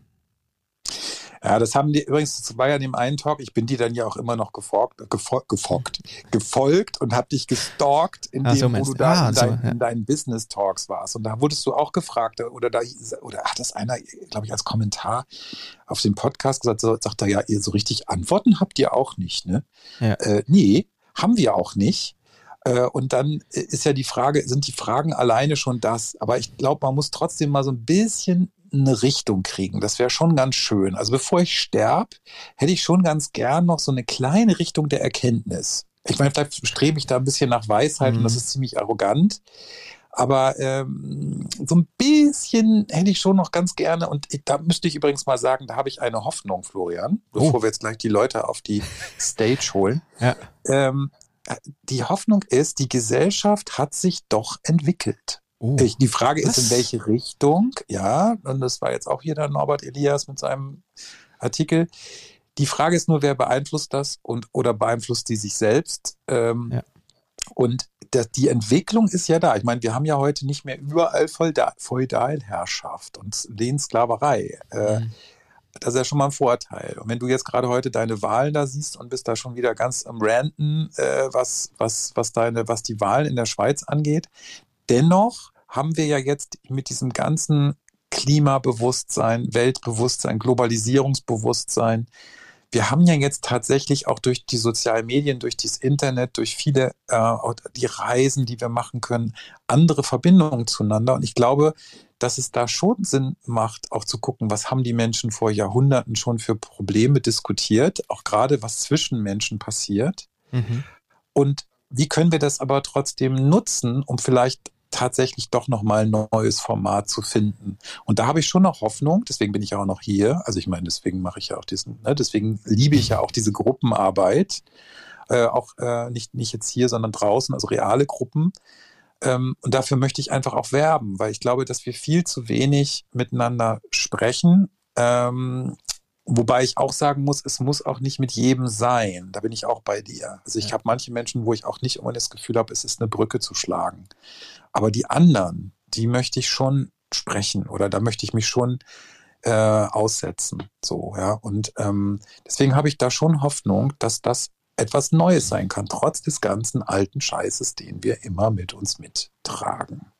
Ja, das haben die übrigens, das war ja in dem einen Talk, ich bin die dann ja auch immer noch gefolgt, gefolgt, gefolgt, gefolgt und habe dich gestalkt, in dem, so wo du da ah, in, dein, so, ja. in deinen Business Talks warst. Und da wurdest du auch gefragt, oder da oder hat das einer, glaube ich, als Kommentar auf dem Podcast gesagt, so, sagt er, ja, ihr so richtig Antworten habt ihr auch nicht, ne? Ja. Äh, nee. Haben wir auch nicht. Und dann ist ja die Frage, sind die Fragen alleine schon das? Aber ich glaube, man muss trotzdem mal so ein bisschen eine Richtung kriegen. Das wäre schon ganz schön. Also bevor ich sterbe, hätte ich schon ganz gern noch so eine kleine Richtung der Erkenntnis. Ich meine, vielleicht strebe ich da ein bisschen nach Weisheit mhm. und das ist ziemlich arrogant. Aber ähm, so ein bisschen hätte ich schon noch ganz gerne, und ich, da müsste ich übrigens mal sagen, da habe ich eine Hoffnung, Florian, bevor oh. wir jetzt gleich die Leute auf die Stage holen. Ja. Ähm, die Hoffnung ist, die Gesellschaft hat sich doch entwickelt. Oh. Ich, die Frage Was? ist, in welche Richtung, ja, und das war jetzt auch hier der Norbert Elias mit seinem Artikel. Die Frage ist nur, wer beeinflusst das und oder beeinflusst die sich selbst? Ähm, ja. Und das, die Entwicklung ist ja da. Ich meine, wir haben ja heute nicht mehr überall Feudalherrschaft und Lehensklaverei. Äh, mhm. Das ist ja schon mal ein Vorteil. Und wenn du jetzt gerade heute deine Wahlen da siehst und bist da schon wieder ganz am Ranten, äh, was, was, was, deine, was die Wahlen in der Schweiz angeht, dennoch haben wir ja jetzt mit diesem ganzen Klimabewusstsein, Weltbewusstsein, Globalisierungsbewusstsein, wir haben ja jetzt tatsächlich auch durch die sozialen Medien, durch das Internet, durch viele, äh, die Reisen, die wir machen können, andere Verbindungen zueinander. Und ich glaube, dass es da schon Sinn macht, auch zu gucken, was haben die Menschen vor Jahrhunderten schon für Probleme diskutiert, auch gerade was zwischen Menschen passiert. Mhm. Und wie können wir das aber trotzdem nutzen, um vielleicht tatsächlich doch nochmal ein neues Format zu finden. Und da habe ich schon noch Hoffnung, deswegen bin ich auch noch hier. Also ich meine, deswegen mache ich ja auch diesen, ne, deswegen liebe ich ja auch diese Gruppenarbeit. Äh, auch äh, nicht, nicht jetzt hier, sondern draußen, also reale Gruppen. Ähm, und dafür möchte ich einfach auch werben, weil ich glaube, dass wir viel zu wenig miteinander sprechen. Ähm, Wobei ich auch sagen muss, es muss auch nicht mit jedem sein. Da bin ich auch bei dir. Also ich ja. habe manche Menschen, wo ich auch nicht immer das Gefühl habe, es ist eine Brücke zu schlagen. Aber die anderen, die möchte ich schon sprechen oder da möchte ich mich schon äh, aussetzen. So, ja. Und ähm, deswegen habe ich da schon Hoffnung, dass das etwas Neues sein kann, trotz des ganzen alten Scheißes, den wir immer mit uns mittragen.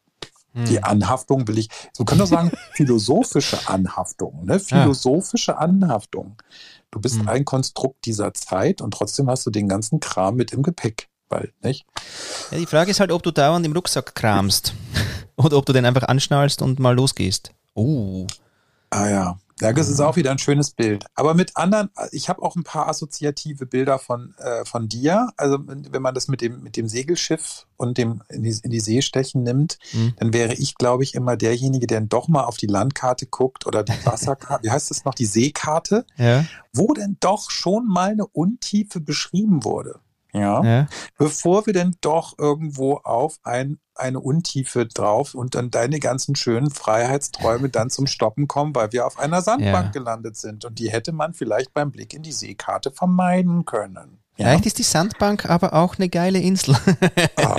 Hm. Die Anhaftung will ich, so können wir sagen, philosophische Anhaftung, ne? Philosophische ja. Anhaftung. Du bist hm. ein Konstrukt dieser Zeit und trotzdem hast du den ganzen Kram mit im Gepäck. Bald, nicht? Ja, die Frage ist halt, ob du dauernd im Rucksack kramst oder ob du den einfach anschnallst und mal losgehst. Oh. Ah ja. Ja, das ist auch wieder ein schönes Bild. Aber mit anderen, ich habe auch ein paar assoziative Bilder von, äh, von dir. Also wenn man das mit dem, mit dem Segelschiff und dem in die, in die See stechen nimmt, mhm. dann wäre ich, glaube ich, immer derjenige, der doch mal auf die Landkarte guckt oder die Wasserkarte, wie heißt das noch, die Seekarte, ja. wo denn doch schon mal eine Untiefe beschrieben wurde. Ja? ja, bevor wir denn doch irgendwo auf ein, eine Untiefe drauf und dann deine ganzen schönen Freiheitsträume dann zum Stoppen kommen, weil wir auf einer Sandbank ja. gelandet sind. Und die hätte man vielleicht beim Blick in die Seekarte vermeiden können. Ja? Vielleicht ist die Sandbank aber auch eine geile Insel. Oh.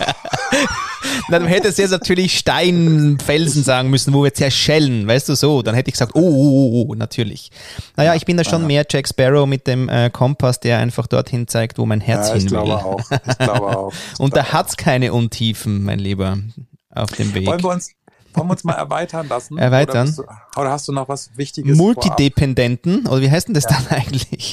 Na, du hättest jetzt natürlich Stein, Felsen sagen müssen, wo wir zerschellen, weißt du so. Dann hätte ich gesagt, oh, oh, oh, oh natürlich. Naja, ich bin da schon ja. mehr Jack Sparrow mit dem äh, Kompass, der einfach dorthin zeigt, wo mein Herz ja, hin ich will. Glaube auch. Ich glaube auch. Ich Und glaube da hat's keine Untiefen, mein Lieber, auf dem Weg. Wollen wir uns, wollen wir uns mal erweitern lassen? Erweitern? Oder, du, oder hast du noch was Wichtiges Multidependenten, vorab? Oder wie heißt denn das ja. dann eigentlich?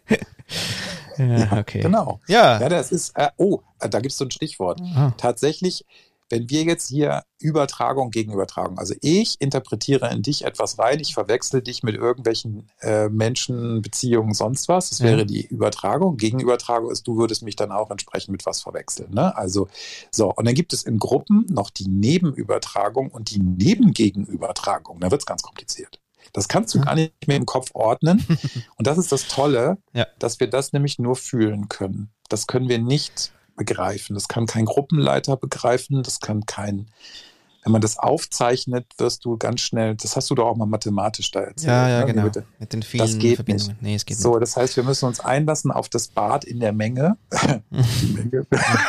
Ja, ja, okay. Genau. Ja, ja das ist, äh, oh, da gibt es so ein Stichwort. Ah. Tatsächlich, wenn wir jetzt hier Übertragung gegen Übertragung, also ich interpretiere in dich etwas rein, ich verwechsel dich mit irgendwelchen äh, Menschen, Beziehungen, sonst was, das ja. wäre die Übertragung. Gegenübertragung ist, du würdest mich dann auch entsprechend mit was verwechseln. Ne? Also, so, und dann gibt es in Gruppen noch die Nebenübertragung und die Nebengegenübertragung. Da wird es ganz kompliziert. Das kannst du gar nicht mehr im Kopf ordnen. Und das ist das Tolle, ja. dass wir das nämlich nur fühlen können. Das können wir nicht begreifen. Das kann kein Gruppenleiter begreifen. Das kann kein, wenn man das aufzeichnet, wirst du ganz schnell, das hast du doch auch mal mathematisch da erzählt. Ja, ja, ne? genau. Mit, mit den vielen das geht Verbindungen. Nicht. Nee, es geht so, nicht. Das heißt, wir müssen uns einlassen auf das Bad in der Menge. Die Menge.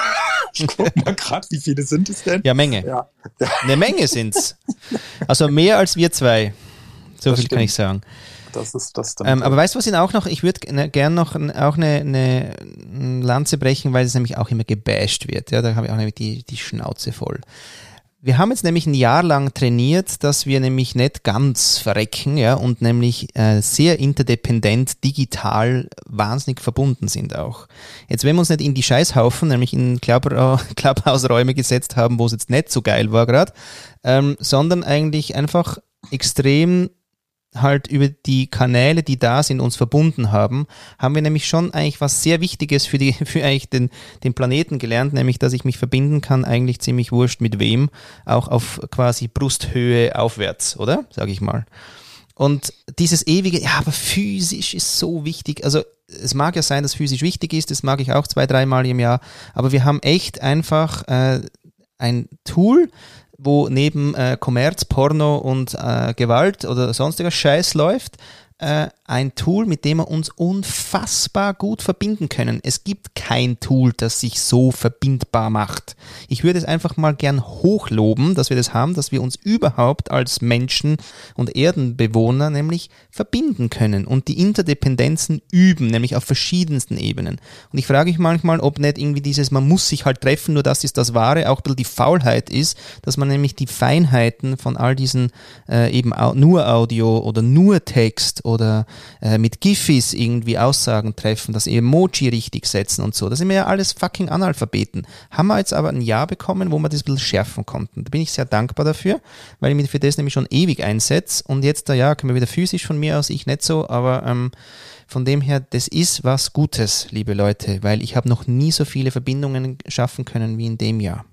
Ich guck mal gerade, wie viele sind es denn? Ja, Menge. Ja. Ja. Eine Menge sind's. Also mehr als wir zwei. So das viel stimmt. Kann ich sagen. Das ist das ähm, aber weißt du, was ich auch noch, ich würde ne, gern noch n, auch eine, eine, eine Lanze brechen, weil es nämlich auch immer gebasht wird. Ja, da habe ich auch nämlich die, die Schnauze voll. Wir haben jetzt nämlich ein Jahr lang trainiert, dass wir nämlich nicht ganz verrecken, ja, und nämlich äh, sehr interdependent, digital wahnsinnig verbunden sind auch. Jetzt, wenn wir uns nicht in die Scheißhaufen, nämlich in Clubhouse-Räume gesetzt haben, wo es jetzt nicht so geil war gerade, ähm, sondern eigentlich einfach extrem halt über die Kanäle, die da sind, uns verbunden haben, haben wir nämlich schon eigentlich was sehr Wichtiges für die, für eigentlich den, den Planeten gelernt, nämlich, dass ich mich verbinden kann, eigentlich ziemlich wurscht mit wem, auch auf quasi Brusthöhe aufwärts, oder? Sag ich mal. Und dieses ewige, ja, aber physisch ist so wichtig, also es mag ja sein, dass physisch wichtig ist, das mag ich auch zwei, dreimal im Jahr, aber wir haben echt einfach äh, ein Tool, wo neben äh, Kommerz, Porno und äh, Gewalt oder sonstiger Scheiß läuft, äh, ein Tool, mit dem wir uns unfassbar gut verbinden können. Es gibt kein Tool, das sich so verbindbar macht. Ich würde es einfach mal gern hochloben, dass wir das haben, dass wir uns überhaupt als Menschen und Erdenbewohner nämlich verbinden können und die Interdependenzen üben, nämlich auf verschiedensten Ebenen. Und ich frage mich manchmal, ob nicht irgendwie dieses, man muss sich halt treffen, nur das ist das Wahre, auch ein bisschen die Faulheit ist, dass man nämlich die Feinheiten von all diesen äh, eben au- nur Audio oder nur Text oder äh, mit Gifis irgendwie Aussagen treffen, das Emoji richtig setzen und so. Da sind wir ja alles fucking Analphabeten. Haben wir jetzt aber ein Jahr bekommen, wo wir das ein bisschen schärfen konnten. Da bin ich sehr dankbar dafür, weil ich mich für das nämlich schon ewig einsetze. Und jetzt, da ja, können wir wieder physisch von mir aus, ich nicht so, aber ähm, von dem her, das ist was Gutes, liebe Leute, weil ich habe noch nie so viele Verbindungen schaffen können wie in dem Jahr.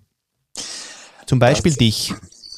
Zum Beispiel das dich.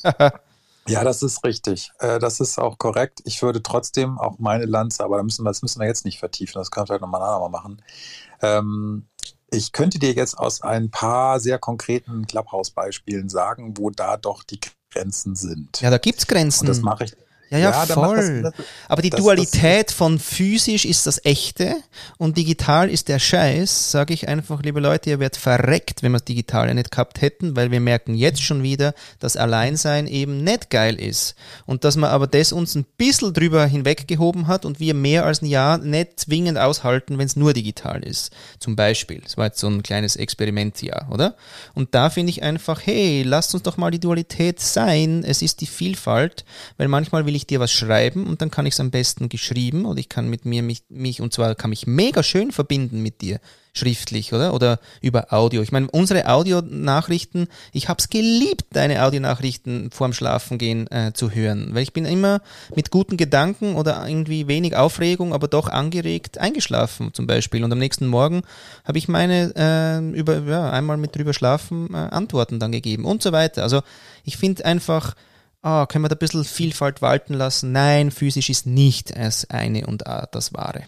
Ja, das ist richtig. Das ist auch korrekt. Ich würde trotzdem auch meine Lanze, aber da müssen wir, das müssen wir jetzt nicht vertiefen, das können wir vielleicht nochmal nachher machen. Ähm, ich könnte dir jetzt aus ein paar sehr konkreten Clubhouse-Beispielen sagen, wo da doch die Grenzen sind. Ja, da gibt's Grenzen. Und das mache ich. Ja, ja, Ja, da voll. macht das- Aber die das- Dualität von physisch ist das Echte und digital ist der Scheiß, sage ich einfach, liebe Leute, ihr werdet verreckt, wenn wir das Digitale nicht gehabt hätten, weil wir merken jetzt schon wieder, dass Alleinsein eben nicht geil ist. Und dass man aber das uns ein bisschen drüber hinweggehoben hat und wir mehr als ein Jahr nicht zwingend aushalten, wenn es nur digital ist. Zum Beispiel. Das war jetzt so ein kleines Experimentjahr, oder? Und da finde ich einfach, hey, lasst uns doch mal die Dualität sein. Es ist die Vielfalt, weil manchmal will ich dir was schreiben und dann kann ich es am besten geschrieben und ich kann mit mir mich, mich und zwar kann mich mega schön verbinden mit dir, schriftlich, oder? Oder über Audio. Ich meine, unsere Audionachrichten, ich hab's geliebt, deine Audionachrichten vorm Schlafengehen äh, zu hören, weil ich bin immer mit guten Gedanken oder irgendwie wenig Aufregung, aber doch angeregt eingeschlafen zum Beispiel und am nächsten Morgen habe ich meine äh, über ja, einmal mit drüber schlafen äh, Antworten dann gegeben und so weiter. Also ich finde einfach, ah, können wir da ein bisschen Vielfalt walten lassen? Nein, physisch ist nicht das eine und das Wahre.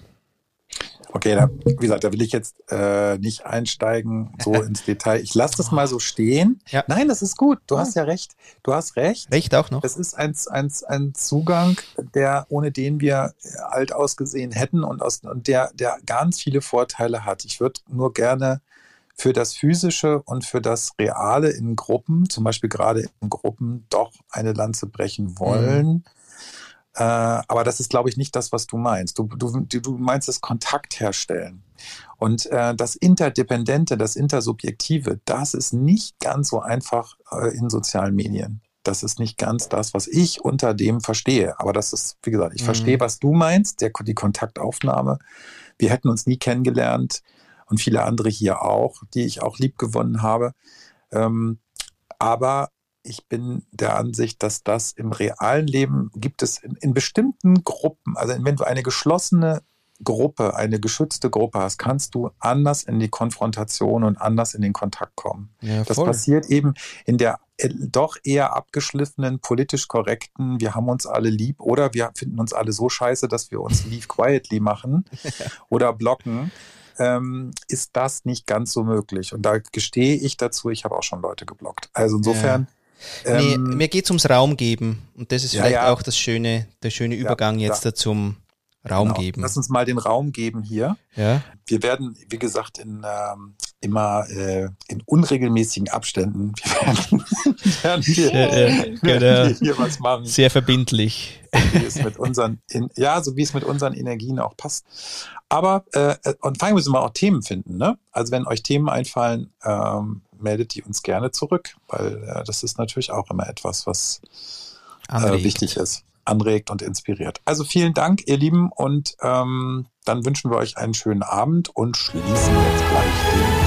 Okay, da, wie gesagt, da will ich jetzt äh, nicht einsteigen so ins Detail. Ich lasse das mal so stehen. Ja. Nein, das ist gut. Du hast ja recht. Du hast recht. Recht auch noch. Es ist ein, ein, ein Zugang, der, ohne den wir alt ausgesehen hätten und, aus, und der, der ganz viele Vorteile hat. Ich würde nur gerne für das Physische und für das Reale in Gruppen, zum Beispiel gerade in Gruppen, doch eine Lanze brechen wollen. Mhm. Äh, aber das ist, glaube ich, nicht das, was du meinst. Du, du, du meinst das Kontakt herstellen. Und äh, das Interdependente, das Intersubjektive, das ist nicht ganz so einfach äh, in sozialen Medien. Das ist nicht ganz das, was ich unter dem verstehe. Aber das ist, wie gesagt, ich mhm. verstehe, was du meinst, der, die Kontaktaufnahme. Wir hätten uns nie kennengelernt und viele andere hier auch, die ich auch lieb gewonnen habe. Ähm, aber ich bin der Ansicht, dass das im realen Leben gibt es in, in bestimmten Gruppen, also wenn du eine geschlossene Gruppe, eine geschützte Gruppe hast, kannst du anders in die Konfrontation und anders in den Kontakt kommen. Ja, das passiert eben in der äh, doch eher abgeschliffenen, politisch korrekten, wir haben uns alle lieb oder wir finden uns alle so scheiße, dass wir uns leave quietly machen oder blocken. Ähm, ist das nicht ganz so möglich. Und da gestehe ich dazu, ich habe auch schon Leute geblockt. Also insofern... Ja. Nee, ähm, mir geht es ums Raum geben. Und das ist ja, vielleicht ja. auch das schöne, der schöne Übergang ja, jetzt ja. zum Raum genau. geben. Lass uns mal den Raum geben hier. Ja. Wir werden, wie gesagt, in ähm, immer äh, in unregelmäßigen Abständen wir werden, werden, wir, ja, ja, werden wir hier was machen. Sehr verbindlich. Wie es mit unseren, in, ja, so wie es mit unseren Energien auch passt. Aber, äh, und vor allem müssen wir auch Themen finden, ne? Also wenn euch Themen einfallen, ähm, meldet die uns gerne zurück, weil äh, das ist natürlich auch immer etwas, was äh, wichtig ist, anregt und inspiriert. Also vielen Dank, ihr Lieben, und ähm, dann wünschen wir euch einen schönen Abend und schließen jetzt gleich den